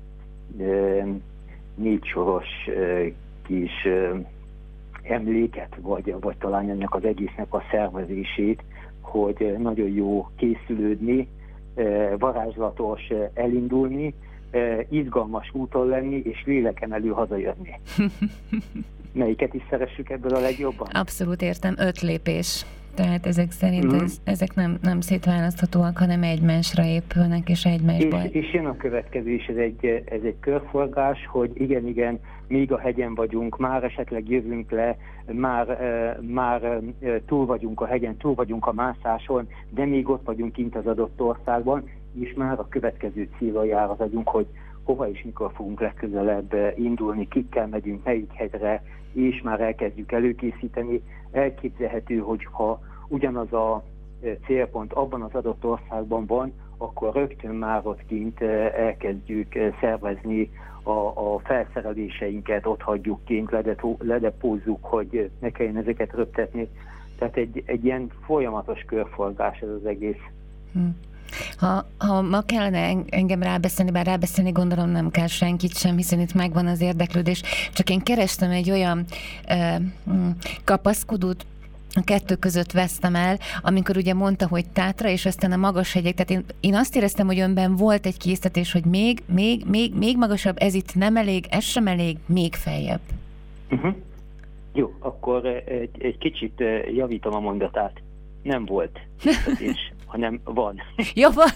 S11: négy soros kis emléket, vagy, vagy talán ennek az egésznek a szervezését, hogy nagyon jó készülődni, varázslatos elindulni, izgalmas úton lenni, és lélekemelő hazajönni. Melyiket is szeressük ebből a legjobban?
S3: Abszolút értem, öt lépés. tehát ezek szerint
S11: Mhm.
S3: ez, ezek nem, nem szétválaszthatóak, hanem egymásra épülnek, és egymásból.
S11: És, és jön a következő is, ez egy, ez egy körforgás, hogy igen, igen, még a hegyen vagyunk, már esetleg jövünk le, már, eh, már eh, túl vagyunk a hegyen, túl vagyunk a mászáson, de még ott vagyunk kint az adott országban, és már a következő célra jár az agyunk, hogy hova és mikor fogunk legközelebb eh, indulni, kikkel megyünk, melyik hegyre, és már elkezdjük előkészíteni. Elképzelhető, hogy ha ugyanaz a eh, célpont abban az adott országban van, akkor rögtön már ott kint eh, elkezdjük eh, szervezni a, a felszereléseinket, ott hagyjuk kint, ledetó- ledepózzuk, hogy eh, ne kelljen ezeket röptetni. Tehát egy, egy ilyen folyamatos körforgás ez az egész.
S3: Hm. Ha, ha ma kellene en- engem rábeszélni, bár rábeszélni gondolom nem kell senkit sem, hiszen itt megvan az érdeklődés, csak én kerestem egy olyan ö, hm, kapaszkodót, a kettő között vesztem el, amikor ugye mondta, hogy Tátra, és aztán a magas hegyek. Tehát én, én azt éreztem, hogy önben volt egy késztetés, hogy még, még, még, még magasabb, ez itt nem elég, ez sem elég, még feljebb.
S11: Uh-huh. Jó, akkor eh, egy, egy kicsit eh, javítom a mondatát. Nem volt késztetés, hanem van.
S3: Ja, van.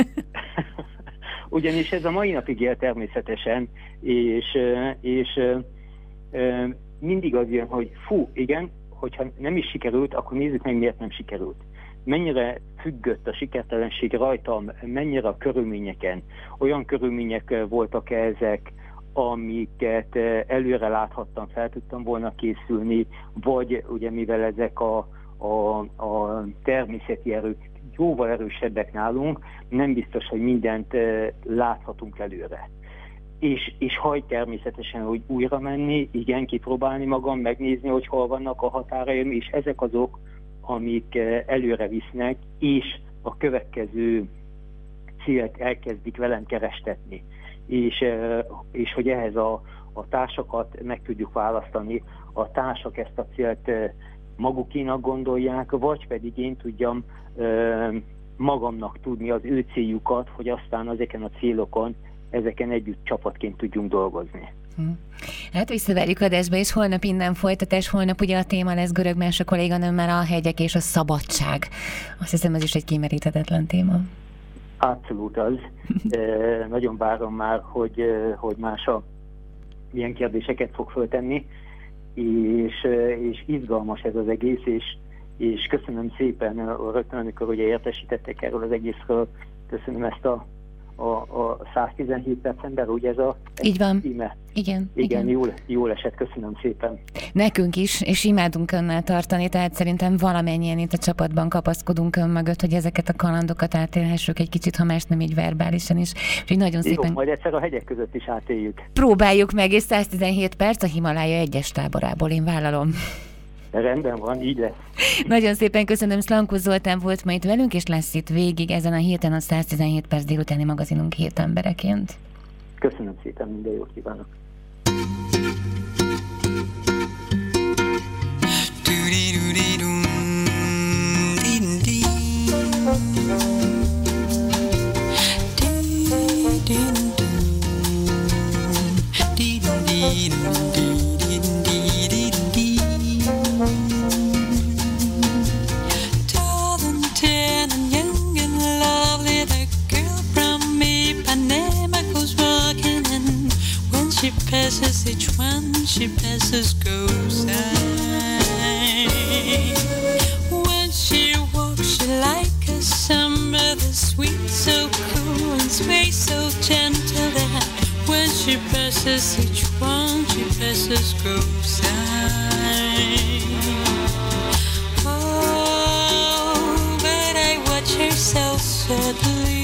S11: Ugyanis ez a mai napig él természetesen, és, eh, és eh, eh, mindig az jön, hogy fú, igen, hogyha nem is sikerült, akkor nézzük meg, miért nem sikerült. Mennyire függött a sikertelenség rajtam, mennyire a körülményeken. Olyan körülmények eh, voltak ezek, amiket eh, előre láthattam, fel tudtam volna készülni, vagy ugye mivel ezek a, a, a természeti erők jóval erősebbek nálunk, nem biztos, hogy mindent eh, láthatunk előre. És, és hagy természetesen, hogy újra menni, igen, kipróbálni magam, megnézni, hogy hol vannak a határaim, és ezek azok, amik eh, előre visznek, és a következő célt elkezdik velem kerestetni. És, eh, és hogy ehhez a, a társakat meg tudjuk választani, a társak ezt a célt eh, magukénak gondolják, vagy pedig én tudjam eh, magamnak tudni az ő céljukat, hogy aztán ezeken a célokon, ezeken együtt csapatként tudjunk dolgozni.
S3: Hm. Hát visszaverjük adásba, és holnap innen folytatás. Holnap ugye a téma lesz Görögmás a kolléganőmmel, a hegyek és a szabadság. Azt hiszem, ez is egy kimeríthetetlen téma.
S11: Abszolút az. e, nagyon várom már, hogy, hogy Mása milyen kérdéseket fog föltenni, és, és izgalmas ez az egész, és, és köszönöm szépen, rögtön amikor ugye értesítettek erről az egészről, köszönöm ezt a A, a száztizenhét perc ember, ugye ez a
S3: Így van.
S11: Íme.
S3: Igen.
S11: Igen,
S3: igen.
S11: Jól, jól esett, köszönöm szépen.
S3: Nekünk is, és imádunk önnel tartani, tehát szerintem valamennyien itt a csapatban kapaszkodunk ön mögött, hogy ezeket a kalandokat átélhessük egy kicsit, ha más nem így verbálisan is. Úgyhogy nagyon
S11: Jó,
S3: szépen
S11: majd egyszer a hegyek között is átéljük.
S3: próbáljuk meg, és száztizenhét perc a Himalája egyes táborából, én vállalom.
S11: Rendben van, így lesz.
S3: Nagyon szépen köszönöm, Szlankó Zoltán volt ma itt velünk, és lesz itt végig ezen a héten a száztizenhét perc délutáni magazinunk hét embereként.
S11: Köszönöm szépen, minden jót kívánok.
S12: She passes each one, she passes goes I. When she walks, she like a summer, the sweet, so cool and space, so gentle that when she passes each one, she passes goes I. Oh, but I watch her so sadly.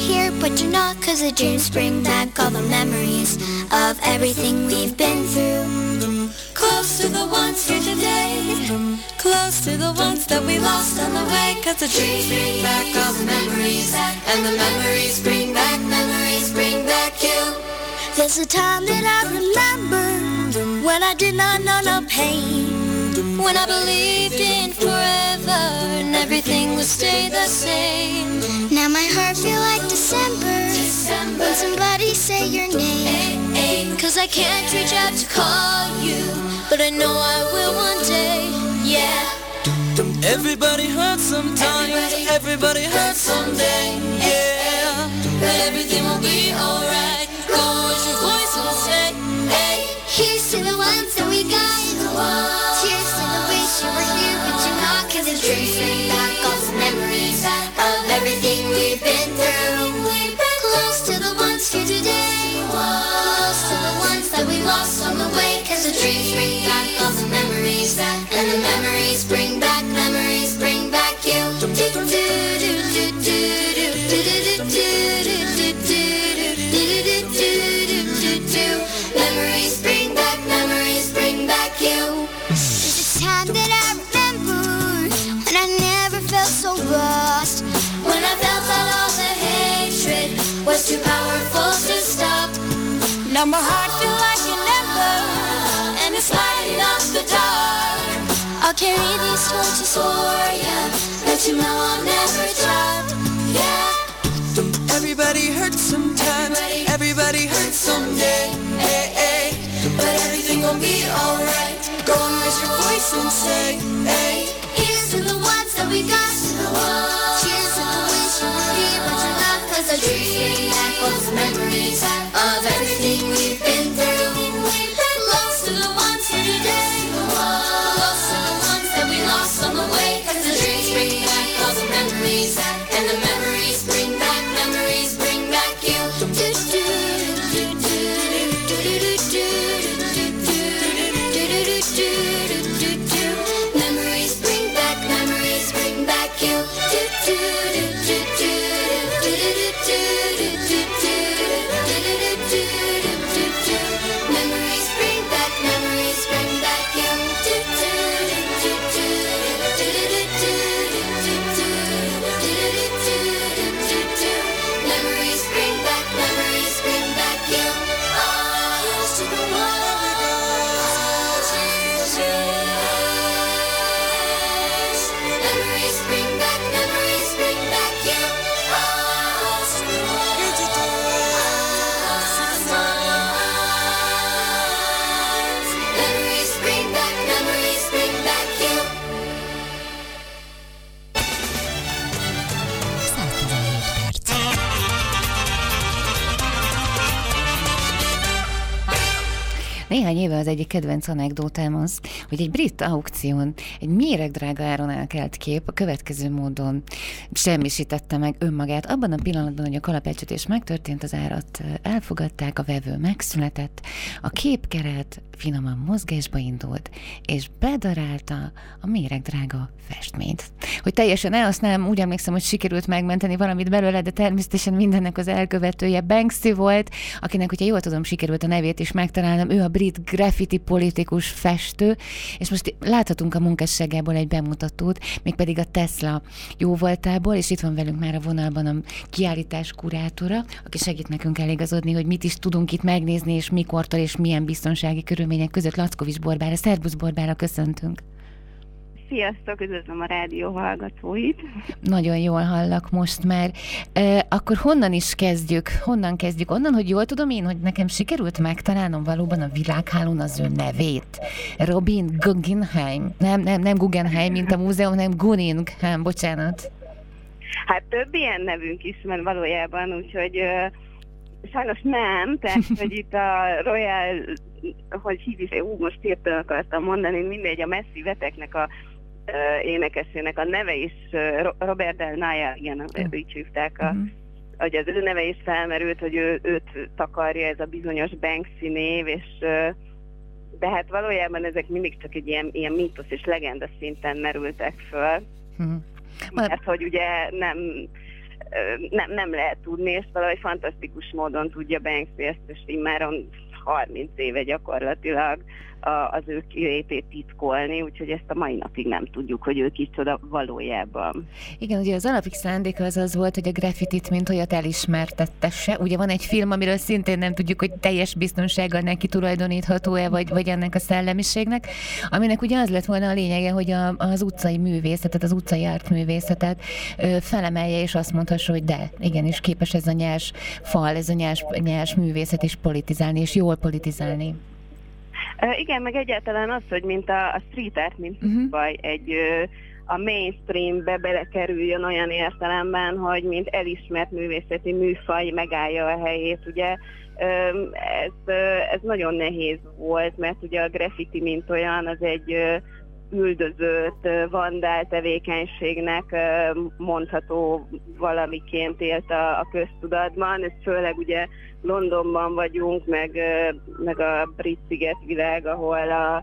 S13: here, but you're not, cause the dreams bring back all the memories of everything we've been through.
S12: Close to the ones here today, close to the ones that we lost on the way, cause the dreams bring back all the memories, and the memories bring back, memories bring back you.
S13: There's a time that I remember when I did not know no pain,
S12: when I believed in forever and everything would stay the same.
S13: Now my heart feel like December, December. When somebody say your name,
S12: ay, ay. Cause I can't reach out to call you, but I know I will one day, yeah. Everybody hurts sometimes, everybody, everybody hurts someday, yeah. But everything will be alright. Go as your voice will say, hey.
S13: Here's to the ones that we got, cheers to the wish you were here, but you're not, cause the dreams bring back all the memories of everything we've been through.
S12: Close to the ones here today, close to the ones that we lost on the way, cause the dreams bring back all the memories, and the memories bring back, memories bring back you. Memories bring back, memories bring back you.
S13: There's a time that I remember when I never felt so lost,
S12: when I felt that all the hatred was too powerful to stop.
S13: Now my heart feel like an ember,
S12: and it's lighting up the dark.
S13: I'll carry these torches for ya,
S12: that you know I'll never drop, yeah.
S14: Everybody hurts sometimes, everybody, everybody hurts someday, hey, hey.
S12: But everything will be alright.
S14: Go and raise your voice and say, hey.
S12: Here's to the ones that we got, to the ones.
S13: Cheers to the wish you were here, but you're not, cause the dreams bring back all the memories
S12: of everything we've been through. Close to the ones here today, close to the ones that we lost on the way, cause the dreams bring back all the memories, and the memories bring back, memories bring back you. Do, do, do, do, do, do, do, do, do. Memories bring back, memories bring back you. Memories bring back, memories bring back you. Memories bring back, memories bring back you. Oh, here's to the ones. Memories bring back, memories bring back you. Oh, here's to the ones. Memories bring back, memories bring back you.
S3: Néhány éve az egyik kedvenc anekdótám az, hogy egy brit aukción egy méregdrága áron elkelt kép a következő módon semmisítette meg önmagát. Abban a pillanatban, hogy a kalapácsütés megtörtént, az árat elfogadták, a vevő megszületett, a képkeret finoman mozgásba indult, és bedarálta a méregdrága festményt. Hogy teljesen elhasználom, úgy emlékszem, hogy sikerült megmenteni valamit belőle, de természetesen mindennek az elkövetője Banksy volt, akinek, hogyha jól tudom, sikerült a nevét is megtalálnom, ő a brit graffiti politikus festő, és most láthatunk a munkásságából egy bemutatót, mégpedig a Tesla jóvoltából, és itt van velünk már a vonalban a kiállítás kurátora, aki segít nekünk eligazodni, hogy mit is tudunk itt megnézni, és mikortól, és milyen biztonsági körülmények között. Lackovics Borbála. Szerbusz Borbála, köszöntünk!
S15: Sziasztok, üdvözlöm a rádió hallgatóit!
S3: Nagyon jól hallak most már. E, akkor honnan is kezdjük? Honnan kezdjük? Onnan, hogy jól tudom én, hogy nekem sikerült megtalálnom valóban a világhálón az ő nevét. Robin Guggenheim. Nem, nem, nem Guggenheim, mint a múzeum, hanem Guggenheim, bocsánat.
S15: Hát több ilyen nevünk is van valójában, úgyhogy uh, sajnos nem, tehát hogy itt a Royal, hogy hívjuk, ú, most hirtelen akartam mondani, mindegy, a messzi veteknek a uh, énekesének a neve is, uh, Robert Del Naya, igen, uh. így hívták, a, uh-huh. hogy az ő neve is felmerült, hogy ő, őt takarja ez a bizonyos Banksy név, és uh, de hát valójában ezek mindig csak egy ilyen, ilyen mítosz és legenda szinten merültek föl. Uh-huh. Mert hogy ugye nem, nem, nem lehet tudni, és valahogy fantasztikus módon tudja Banksy ezt, és immáron harminc éve gyakorlatilag az ő kilétét titkolni, úgyhogy ezt a mai napig nem tudjuk, hogy ő kicsoda valójában.
S3: Igen, ugye az alapik szándéka az az volt, hogy a graffitit mint olyat elismertettesse. Ugye van egy film, amiről szintén nem tudjuk, hogy teljes biztonsággal neki tulajdonítható-e, vagy, vagy ennek a szellemiségnek, aminek ugye az lett volna a lényege, hogy a, az utcai művészetet, az utcai artművészetet ö, felemelje, és azt mondhassa, hogy de, igenis képes ez a nyers fal, ez a nyers, nyers művészet is politizálni, és jól politizálni.
S15: Uh, igen, meg egyáltalán az, hogy mint a, a street art, mint uh-huh. baj, egy uh, a mainstreambe belekerüljön olyan értelemben, hogy mint elismert művészeti műfaj megállja a helyét, ugye. Um, ez, uh, ez nagyon nehéz volt, mert ugye a graffiti mint olyan, az egy uh, üldözött, uh, vandál tevékenységnek uh, mondható valamiként élt a, a köztudatban, ez főleg ugye Londonban vagyunk, meg, meg a brit szigetvilág, ahol a,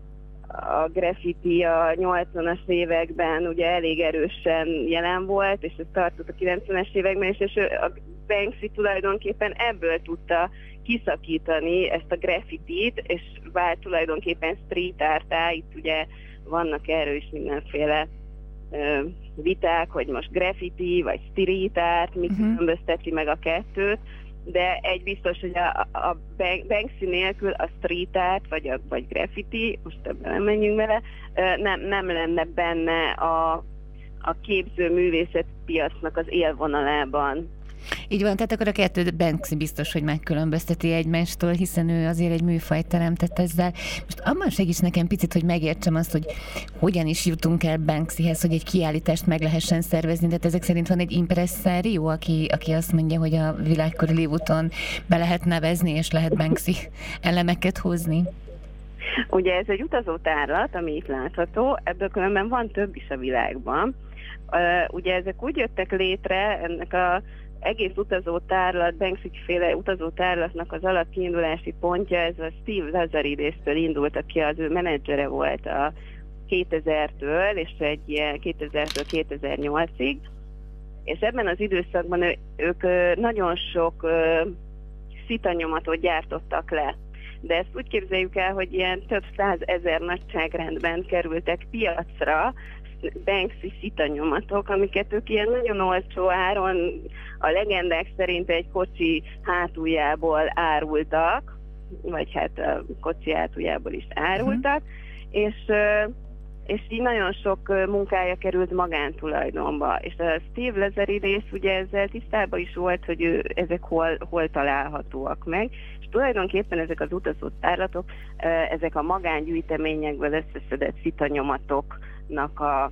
S15: a graffiti a nyolcvanas években ugye elég erősen jelen volt, és ez tartott a kilencvenes években is, és a Banksy tulajdonképpen ebből tudta kiszakítani ezt a graffitit, és vált tulajdonképpen street arttá. Itt ugye vannak erről is mindenféle ö, viták, hogy most graffiti vagy street art, mit uh-huh. különbözteti meg a kettőt, de egy biztos, hogy a, a Banksy nélkül a street art, vagy, a, vagy graffiti, most ebben nem menjünk vele, nem, nem lenne benne a, a képző művészet piacnak az élvonalában.
S3: Így van, tehát akkor a kettő Banksy biztos, hogy megkülönbözteti egymástól, hiszen ő azért egy műfajt teremtett ezzel. Most abban segíts nekem picit, hogy megértsem azt, hogy hogyan is jutunk el Banksyhez, hogy egy kiállítást meg lehessen szervezni, de ezek szerint van egy impresszárió, aki, aki azt mondja, hogy a világ körüli úton be lehet nevezni, és lehet Banksy elemeket hozni.
S15: Ugye ez egy utazótárlat, ami itt látható, ebből különben van több is a világban. Uh, ugye ezek úgy jöttek létre, ennek a egész utazótárlat, Banksy-féle utazótárlatnak az alapkiindulási pontja, ez a Steve Lazaridéstől indult, aki az ő menedzsere volt a kétezertől, és egy ilyen kétezertől kétezer-nyolcig, és ebben az időszakban ő, ők nagyon sok szitanyomatot gyártottak le. De ezt úgy képzeljük el, hogy ilyen több százezer nagyságrendben kerültek piacra Banksy szitanyomatok, amiket ők ilyen nagyon olcsó áron, a legendák szerint egy kocsi hátuljából árultak, vagy hát a kocsi hátuljából is árultak, uh-huh. és, és így nagyon sok munkája került magántulajdonba. És a Steve Lazaridis ugye ezzel tisztában is volt, hogy ő, ezek hol, hol találhatóak meg, és tulajdonképpen ezek az utazótárlatok, ezek a magángyűjteményekből összeszedett szitanyomatoknak a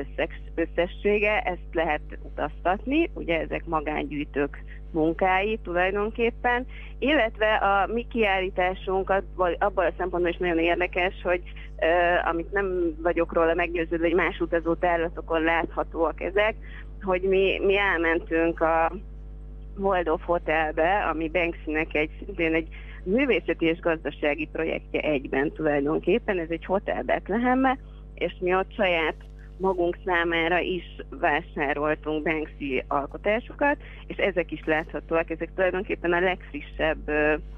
S15: összessége, ezt lehet utaztatni, ugye ezek magángyűjtők munkái tulajdonképpen, illetve a mi kiállításunk abban a szempontból is nagyon érdekes, hogy uh, amit nem vagyok róla meggyőződve, hogy más utazó tárlatokon láthatóak ezek, hogy mi, mi elmentünk a Waldorf Hotelbe, ami Banksynek egy szintén egy művészeti és gazdasági projektje egyben tulajdonképpen, ez egy hotel Bethlehembe, és mi ott saját magunk számára is vásároltunk Banksy alkotásokat, és ezek is láthatóak, ezek tulajdonképpen a legfrissebb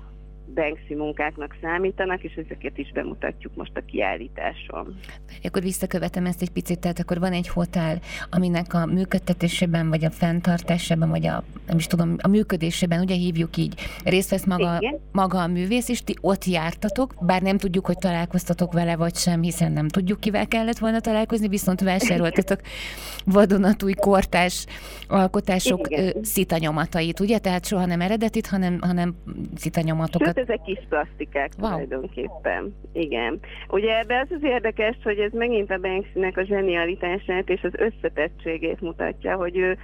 S15: Banksy munkáknak számítanak, és ezeket is bemutatjuk most a kiállításon.
S3: Akkor visszakövetem ezt egy picit, tehát akkor van egy hotel, aminek a működtetésében, vagy a fenntartásában, vagy a, nem is tudom, a működésében, ugye hívjuk így, részt vesz maga, maga a művész, és ti ott jártatok, bár nem tudjuk, hogy találkoztatok vele, vagy sem, hiszen nem tudjuk, kivel kellett volna találkozni, viszont vásároltatok vadonatúj kortárs alkotások Igen. szitanyomatait, ugye? Tehát soha nem eredetit, hanem, hanem szitanyomatokat.
S15: Sőt, ezek kis plastikák wow. tulajdonképpen. Igen. Ugye ebbe az az érdekes, hogy ez megint a Banksynek a zsenialitását és az összetettségét mutatja, hogy ő,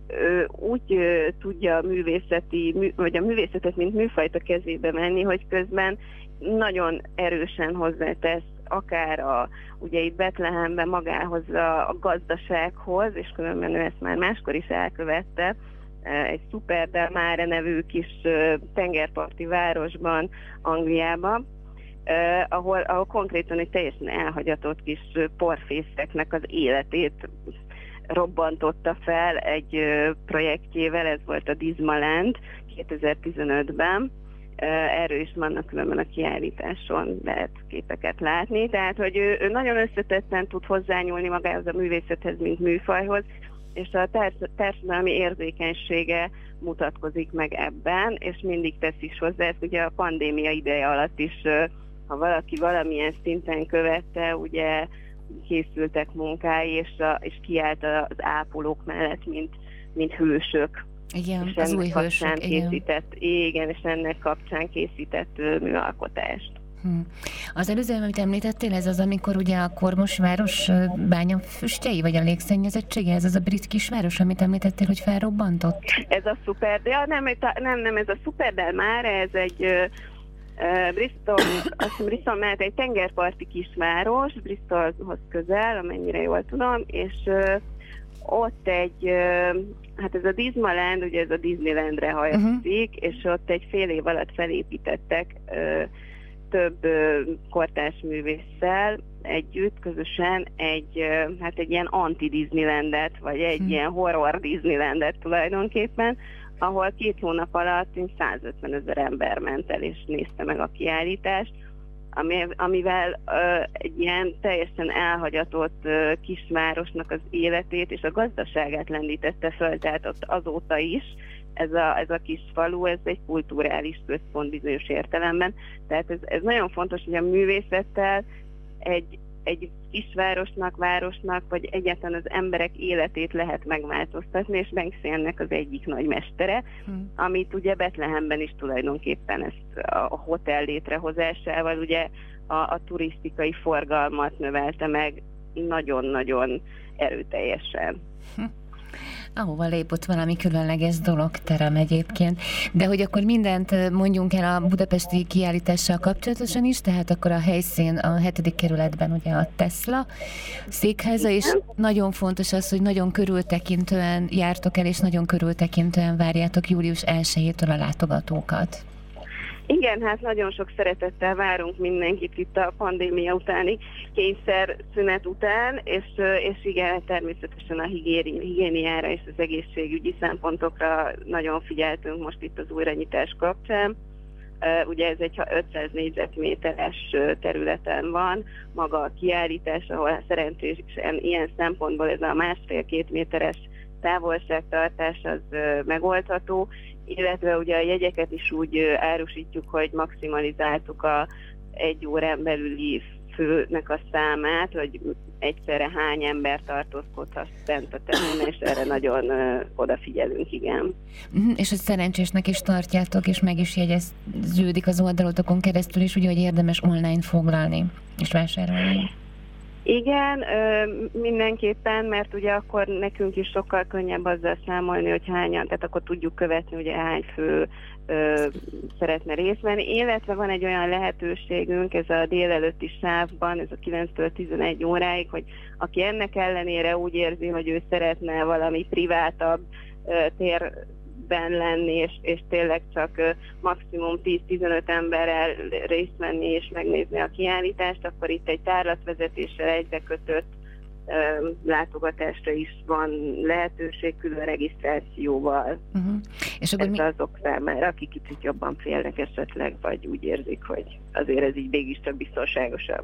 S15: ő úgy ő, tudja a művészeti, mű, vagy a művészetet, mint műfajt a kezébe menni, hogy közben nagyon erősen hozzátesz akár a, ugye itt Bethlehemben magához a, a gazdasághoz, és különben ő ezt már máskor is elkövette, egy Super Del Mare nevű kis tengerparti városban, Angliában, eh, ahol, ahol konkrétan egy teljesen elhagyatott kis porfészeknek az életét robbantotta fel egy ö, projektjével, ez volt a Dismaland kétezer-tizenötben. Erről is vannak különben a kiállításon, lehet képeket látni. Tehát, hogy ő, ő nagyon összetetten tud hozzányúlni magához a művészethez, mint műfajhoz, és a társ- társadalmi érzékenysége mutatkozik meg ebben, és mindig tesz is hozzá. Ezt ugye a pandémia ideje alatt is, ha valaki valamilyen szinten követte, ugye készültek munkái, és, a, és kiállt az ápolók mellett, mint, mint hősök.
S3: Igen,
S15: és
S3: az
S15: ennek
S3: új
S15: kapcsán
S3: hősök, igen.
S15: készített, igen, és ennek kapcsán készített ö, műalkotást.
S3: Hm. Az előző, amit említettél, ez az, amikor ugye a Kormosváros ö, bányafüstjei, vagy a légszennyezettsége, ez az a brit kisváros, amit említettél, hogy felrobbantott?
S15: Ez a szuper, de nem, nem, nem, ez a szuper del már, ez egy ö, ö, Bristol, azt hiszem Bristol mellett egy tengerparti kisváros, Bristolhoz közel, amennyire jól tudom, és ö, ott egy, hát ez a Dismaland, ugye ez a Disneylandre hajatszik, uh-huh. és ott egy fél év alatt felépítettek ö, több ö, kortárs művésszel együtt, közösen egy, ö, hát egy ilyen anti-Disneylandet, vagy egy uh-huh. ilyen horror Disneylandet tulajdonképpen, ahol két hónap alatt százötven ezer ember ment el és nézte meg a kiállítást, amivel uh, egy ilyen teljesen elhagyatott uh, kisvárosnak az életét és a gazdaságát lendítette föl, tehát ott azóta is ez a, ez a kis falu, ez egy kulturális központ bizonyos értelemben, tehát ez, ez nagyon fontos, hogy a művészettel egy, egy kisvárosnak, városnak, vagy egyáltalán az emberek életét lehet megváltoztatni, és Banksy ennek az egyik nagy mestere, hmm. amit ugye Betlehemben is tulajdonképpen ezt a hotel létrehozásával ugye a, a turisztikai forgalmat növelte meg nagyon-nagyon erőteljesen.
S3: Hm. Ahova lépott valami különleges dolog terem egyébként. De hogy akkor mindent mondjunk el a budapesti kiállítással kapcsolatosan is, tehát akkor a helyszín a hetedik kerületben ugye a Tesla székháza, és nagyon fontos az, hogy nagyon körültekintően jártok el, és nagyon körültekintően várjátok július elsejétől a látogatókat.
S15: Igen, hát nagyon sok szeretettel várunk mindenkit itt a pandémia utáni kényszer szünet után, és, és igen, természetesen a higiéni, higiéniára és az egészségügyi szempontokra nagyon figyeltünk most itt az újranyitás kapcsán. Ugye ez egy ötszáz négyzetméteres területen van maga a kiállítás, ahol szerencsésen ilyen szempontból ez a másfél-két méteres távolságtartás az megoldható, illetve ugye a jegyeket is úgy árusítjuk, hogy maximalizáltuk a egy órán belüli főnek a számát, hogy egyszerre hány ember tartózkodhat bent a területen, és erre nagyon uh, odafigyelünk, igen.
S3: Uh-huh, és hogy szerencsésnek is tartjátok, és meg is jegyeződik az oldalotokon keresztül is, ugye, hogy érdemes online foglalni és vásárolni.
S15: Igen, mindenképpen, mert ugye akkor nekünk is sokkal könnyebb azzal számolni, hogy hányan, tehát akkor tudjuk követni, ugye hány fő ö, szeretne részt venni, illetve van egy olyan lehetőségünk, ez a délelőtti sávban, ez a kilenctől tizenegy óráig, hogy aki ennek ellenére úgy érzi, hogy ő szeretne valami privátabb ö, tér ben lenni, és, és tényleg csak uh, maximum tíz-tizenöt emberrel részt venni és megnézni a kiállítást, akkor itt egy tárlatvezetéssel egybekötött uh, látogatásra is van lehetőség, külön regisztrációval. Uh-huh. És akkor ez mi... azok számára, akik kicsit jobban félnek esetleg, vagy úgy érzik, hogy azért ez így mégiscsak biztonságosabb.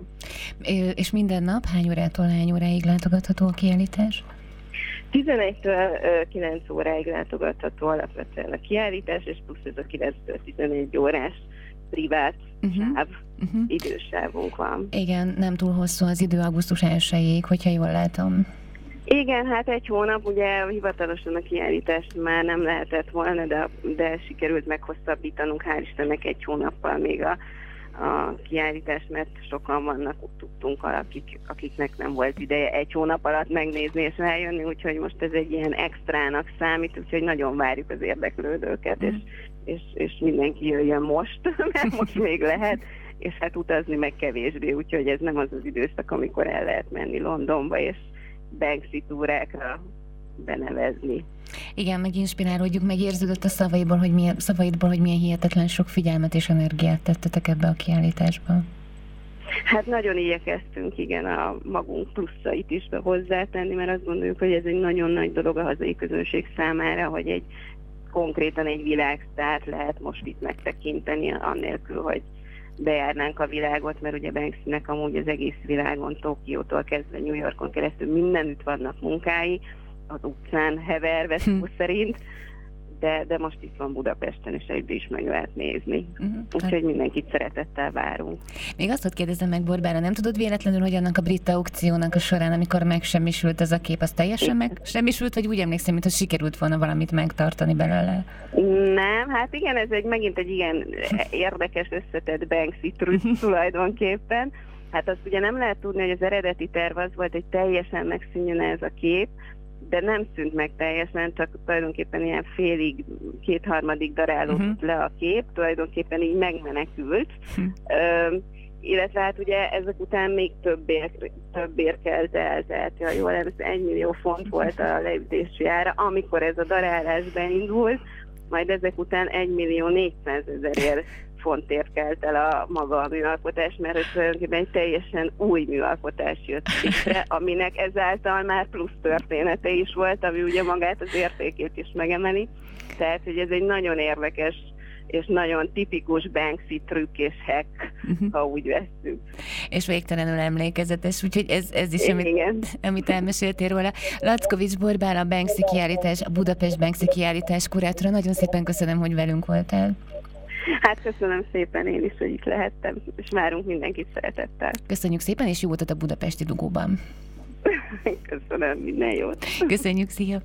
S3: És minden nap hány órától hány óráig látogatható a kiállítás?
S15: tizenegytől kilenc óráig látogatható alapvetően a kiállítás, és plusz ez a kilenctől tizenegy órás privát uh-huh. sáv, uh-huh. idősávunk van.
S3: Igen, nem túl hosszú az idő augusztus elsejéig, hogyha jól látom.
S15: Igen, hát egy hónap, ugye hivatalosan a kiállítást már nem lehetett volna, de, de sikerült meghosszabbítanunk, hál' Istennek egy hónappal még a a kiállítás, mert sokan vannak, tudtunk, akik, akiknek nem volt ideje egy hónap alatt megnézni és eljönni, úgyhogy most ez egy ilyen extrának számít, úgyhogy nagyon várjuk az érdeklődőket, mm. és, és, és mindenki jöjjön most, mert most még lehet, és hát utazni meg kevésbé, úgyhogy ez nem az az időszak, amikor el lehet menni Londonba és Banksy túrákra benevezni.
S3: Igen, meg inspirálódjuk, meg érződött a szavaiból, hogy milyen, szavaidból, hogy milyen hihetetlen sok figyelmet és energiát tettetek ebbe a kiállításba.
S15: Hát nagyon igyekeztünk, igen, a magunk pluszait is be hozzátenni, mert azt gondoljuk, hogy ez egy nagyon nagy dolog a hazai közönség számára, hogy egy konkrétan egy világsztárt lehet most itt megtekinteni, annélkül, hogy bejárnánk a világot, mert ugye Banksynek amúgy az egész világon, Tokiótól kezdve New Yorkon keresztül mindenütt vannak munkái, az utcán heverve szó hm. szerint, de, de most itt van Budapesten, és egybe is meg lehet nézni. Uh-huh. Úgyhogy mindenkit szeretettel várunk.
S3: Még azt ott kérdezem meg, Borbára, nem tudod véletlenül, hogy annak a brit aukciónak a során, amikor megsemmisült ez a kép, az teljesen megsemmisült, vagy úgy emlékszem, mintha sikerült volna valamit megtartani belőle?
S15: Nem, hát igen, ez egy megint egy igen érdekes összetett Banksy trükk tulajdonképpen. Hát azt ugye nem lehet tudni, hogy az eredeti terv az volt, hogy teljesen megszűnjön ez a kép, de nem szűnt meg teljesen, csak tulajdonképpen ilyen félig, kétharmadig darálódott uh-huh. le a kép, tulajdonképpen így megmenekült. Uh-huh. Ö, illetve hát ugye ezek után még többért, többért kelt el, tehát ja, jól ez egy millió font volt a leütési ára, amikor ez a darálás beindult, majd ezek után egy millió négyszázezer fontért kelt el a maga a műalkotás, mert ez tulajdonképpen egy teljesen új műalkotás jött létre, aminek ezáltal már plusz története is volt, ami ugye magát az értékét is megemeli. Tehát, hogy ez egy nagyon érdekes és nagyon tipikus Banksy trükk és hack, uh-huh. ha úgy vesszük.
S3: És végtelenül emlékezetes, úgyhogy ez, ez is, amit, amit elmeséltél róla. Lackovics Borbála, a Banksy kiállítás, a Budapest Banksy kiállítás kurátora. Nagyon szépen köszönöm, hogy velünk voltál.
S15: Hát köszönöm szépen én is, hogy itt lehettem, és várunk mindenkit szeretettel.
S3: Köszönjük szépen, és jó utat a budapesti dugóban.
S15: Köszönöm, minden jót.
S3: Köszönjük, szia!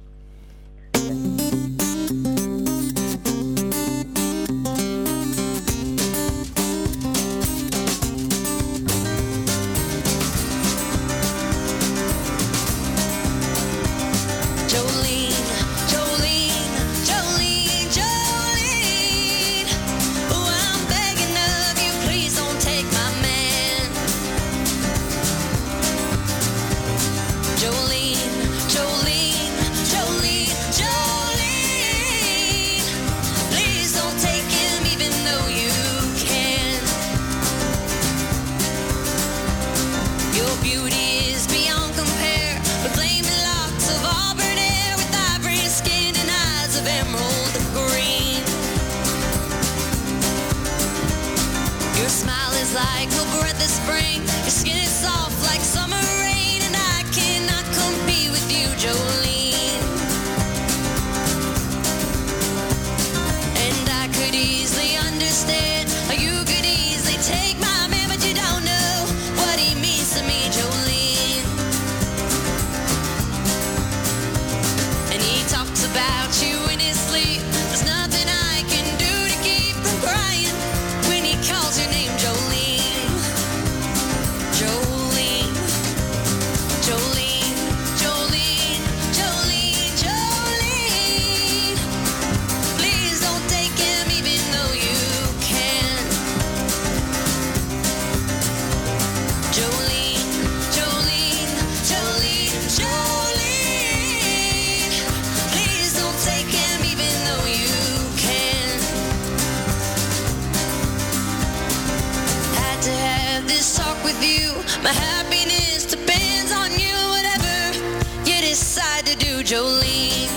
S16: Jolene,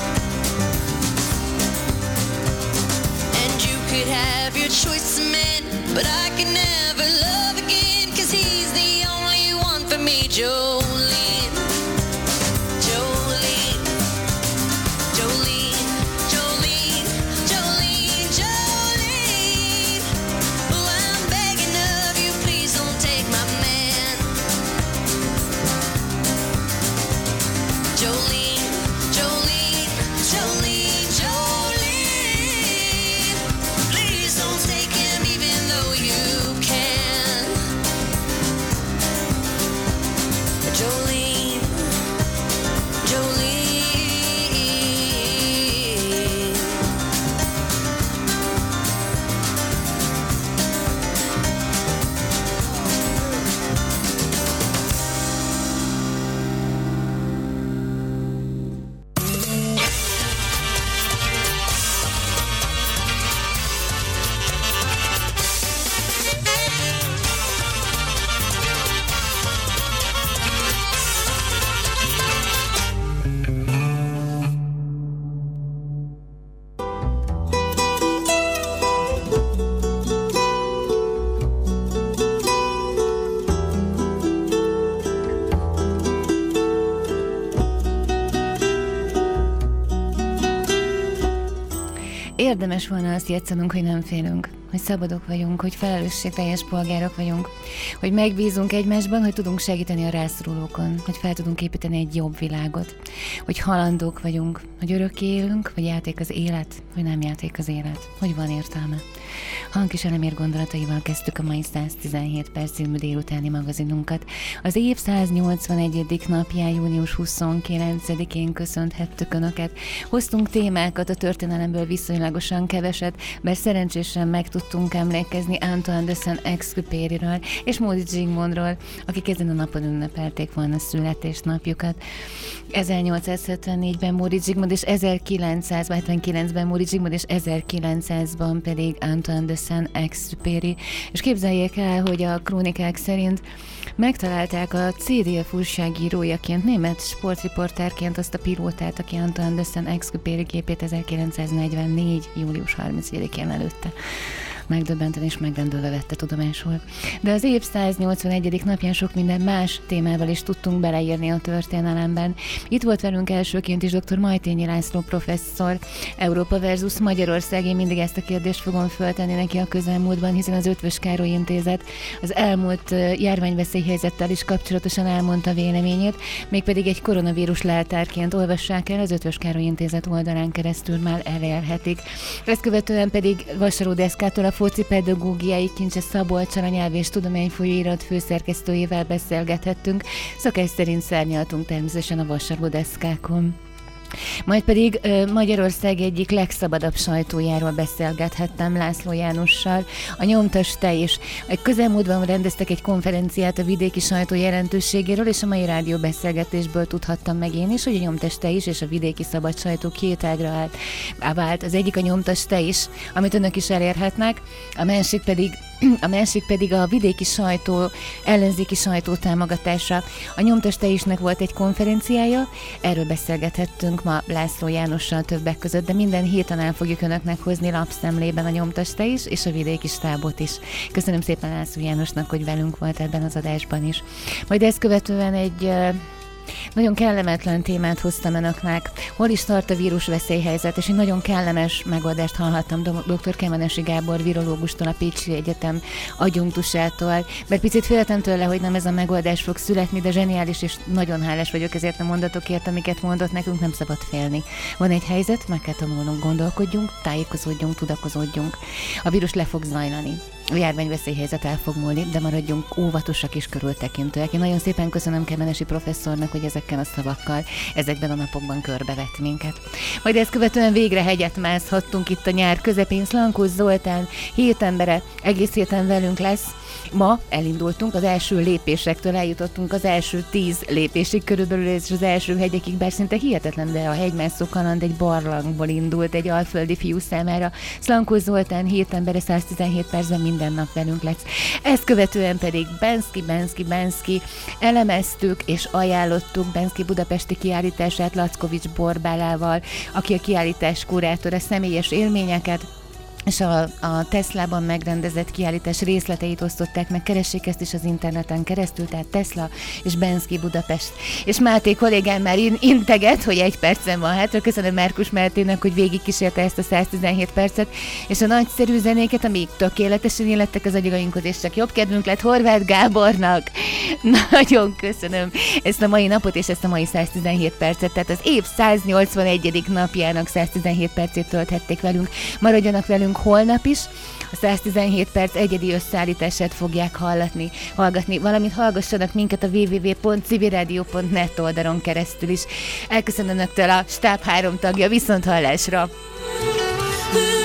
S16: and you could have your choice of men, but I could never love again, 'cause he's the only one for me, Jolene. Jolene, Jolene, Jolene, Jolene, Jolene. Oh, I'm begging of you, please don't take my man. Jolene. Jolene, please don't take him even though you can.
S3: érdemes volna azt játszanunk, hogy nem félünk, hogy szabadok vagyunk, hogy felelősségteljes polgárok vagyunk, hogy megbízunk egymásban, hogy tudunk segíteni a rászorulókon, hogy fel tudunk építeni egy jobb világot, hogy halandók vagyunk, hogy örökké élünk, vagy játék az élet, vagy nem játék az élet, hogy van értelme. Hankis Elemér gondolataival kezdtük a mai száztizenhét perc című délutáni magazinunkat. Az év száznyolcvanegyedik napján, június huszonkilencedikén köszönhettük Önöket. Hoztunk témákat, a történelemből viszonylagosan keveset, bár szerencsésen meg tudtunk emlékezni Antoine de Saint-Exupéryről és Módi Zsigmondról, akik ezen a napon ünnepelték volna születésnapjukat. ezernyolcszázhetvennégyben Módi Zsigmond és ezerkilencszázhetvenkilencben Módi Zsigmond és ezerkilencszázban pedig Antoine de Saint-Exupéry. És képzeljék el, hogy a krónikák szerint megtalálták a cé dé ef újságírójaként, német sportriporterként azt a pilótát, aki Antoine de Saint-Exupéry gépét ezerkilencszáznegyvennégy. július harmincegyedikén lelőtte. Megdöbbenten és megrendülve vette tudomásul. De az év száznyolcvanegyedik napján sok minden más témával is tudtunk beleírni a történelemben. Itt volt velünk elsőként is dr. Majtényi László professzor, Európa versus Magyarország. Én mindig ezt a kérdést fogom föltenni neki a közelmúltban, hiszen az Eötvös Károly Intézet az elmúlt járványveszélyhelyzettel is kapcsolatosan elmondta véleményét, mégpedig egy koronavírus leltárként olvassák el, az Eötvös Károly Intézet oldalán keresztül már elérhetik. Ezt követően pedig Vassaró Deszkától a foci pedagógiai kincse Szabolcson, a Nyelv és Tudomány folyóirat főszerkesztőjével beszélgethettünk, szokás szerint szárnyaltunk természetesen a Vassaró Deszkákon. Majd pedig Magyarország egyik legszabadabb sajtójáról beszélgethettem László Jánossal, a Nyomtass te is. Egy közelmúltban rendeztek egy konferenciát a vidéki sajtó jelentőségéről, és a mai rádióbeszélgetésből tudhattam meg én is, hogy a Nyomtass te is és a vidéki szabad sajtó két ágra állt, vált. Az egyik a Nyomtass te is, amit önök is elérhetnek, a másik pedig a másik pedig a vidéki sajtó, ellenzéki sajtó támogatása. A Nyomtass te isnek volt egy konferenciája, erről beszélgethettünk ma László Jánossal többek között, de minden héten el fogjuk önöknek hozni lapszemlében a Nyomtass te is, és a vidéki stábot is. Köszönöm szépen László Jánosnak, hogy velünk volt ebben az adásban is. Majd ezt követően egy nagyon kellemetlen témát hoztam önöknek. Hol is tart a vírus veszélyhelyzet, és egy nagyon kellemes megoldást hallhattam dr. Kemenesi Gábor virológustól, a Pécsi Egyetem adjunktusától, mert picit féltem tőle, hogy nem ez a megoldás fog születni, de zseniális, és nagyon hálás vagyok ezért a mondatokért, amiket mondott nekünk, nem szabad félni. Van egy helyzet, meg kell tanulnunk, gondolkodjunk, tájékozódjunk, tudakozódjunk. A vírus le fog zajlani. A járványveszélyhelyzet el fog múlni, de maradjunk óvatosak és körültekintőek. Én nagyon szépen köszönöm Kemenesi professzornak, hogy ezekkel a szavakkal ezekben a napokban körbevett minket. Majd ezt követően végre hegyet mászhattunk itt a nyár közepén. Szlankós Zoltán hét embere egész héten velünk lesz. Ma elindultunk, az első lépésektől eljutottunk az első tíz lépésig körülbelül, és az első hegyekig, bár szinte hihetetlen, de a hegymászó kaland egy barlangból indult egy alföldi fiú számára. Szlankós Zoltán hét embere száztizenhét percben minden nap velünk lesz. Ezt követően pedig Benszki, Benszki, Benszki elemeztük és ajánlottuk Benszki budapesti kiállítását Lackovics Borbálával, aki a kiállítás kurátora, személyes élményeket és a, a Teslában megrendezett kiállítás részleteit osztották meg, keressék ezt is az interneten keresztül, tehát Tesla és Benszki Budapest. És Máté kollégám már in- integet, hogy egy percen van hátra. Köszönöm Márkus Máténak, hogy végigkísérte ezt a száztizenhét percet, és a nagyszerű zenéket, amik tökéletesen illettek az agyagainkhoz, és csak jobb kedvünk lett Horváth Gábornak. Nagyon köszönöm ezt a mai napot, és ezt a mai száztizenhét percet, tehát az év száznyolcvanegyedik napjának száztizenhét percét tölthették velünk. Maradjanak velünk holnap is, a száztizenhét perc egyedi összeállítását fogják hallatni, hallgatni, valamint hallgassanak minket a double-u double-u double-u pont civilradio pont net oldalon keresztül is. Elköszönöm önöktől a stáb három tagja, viszont hallásra!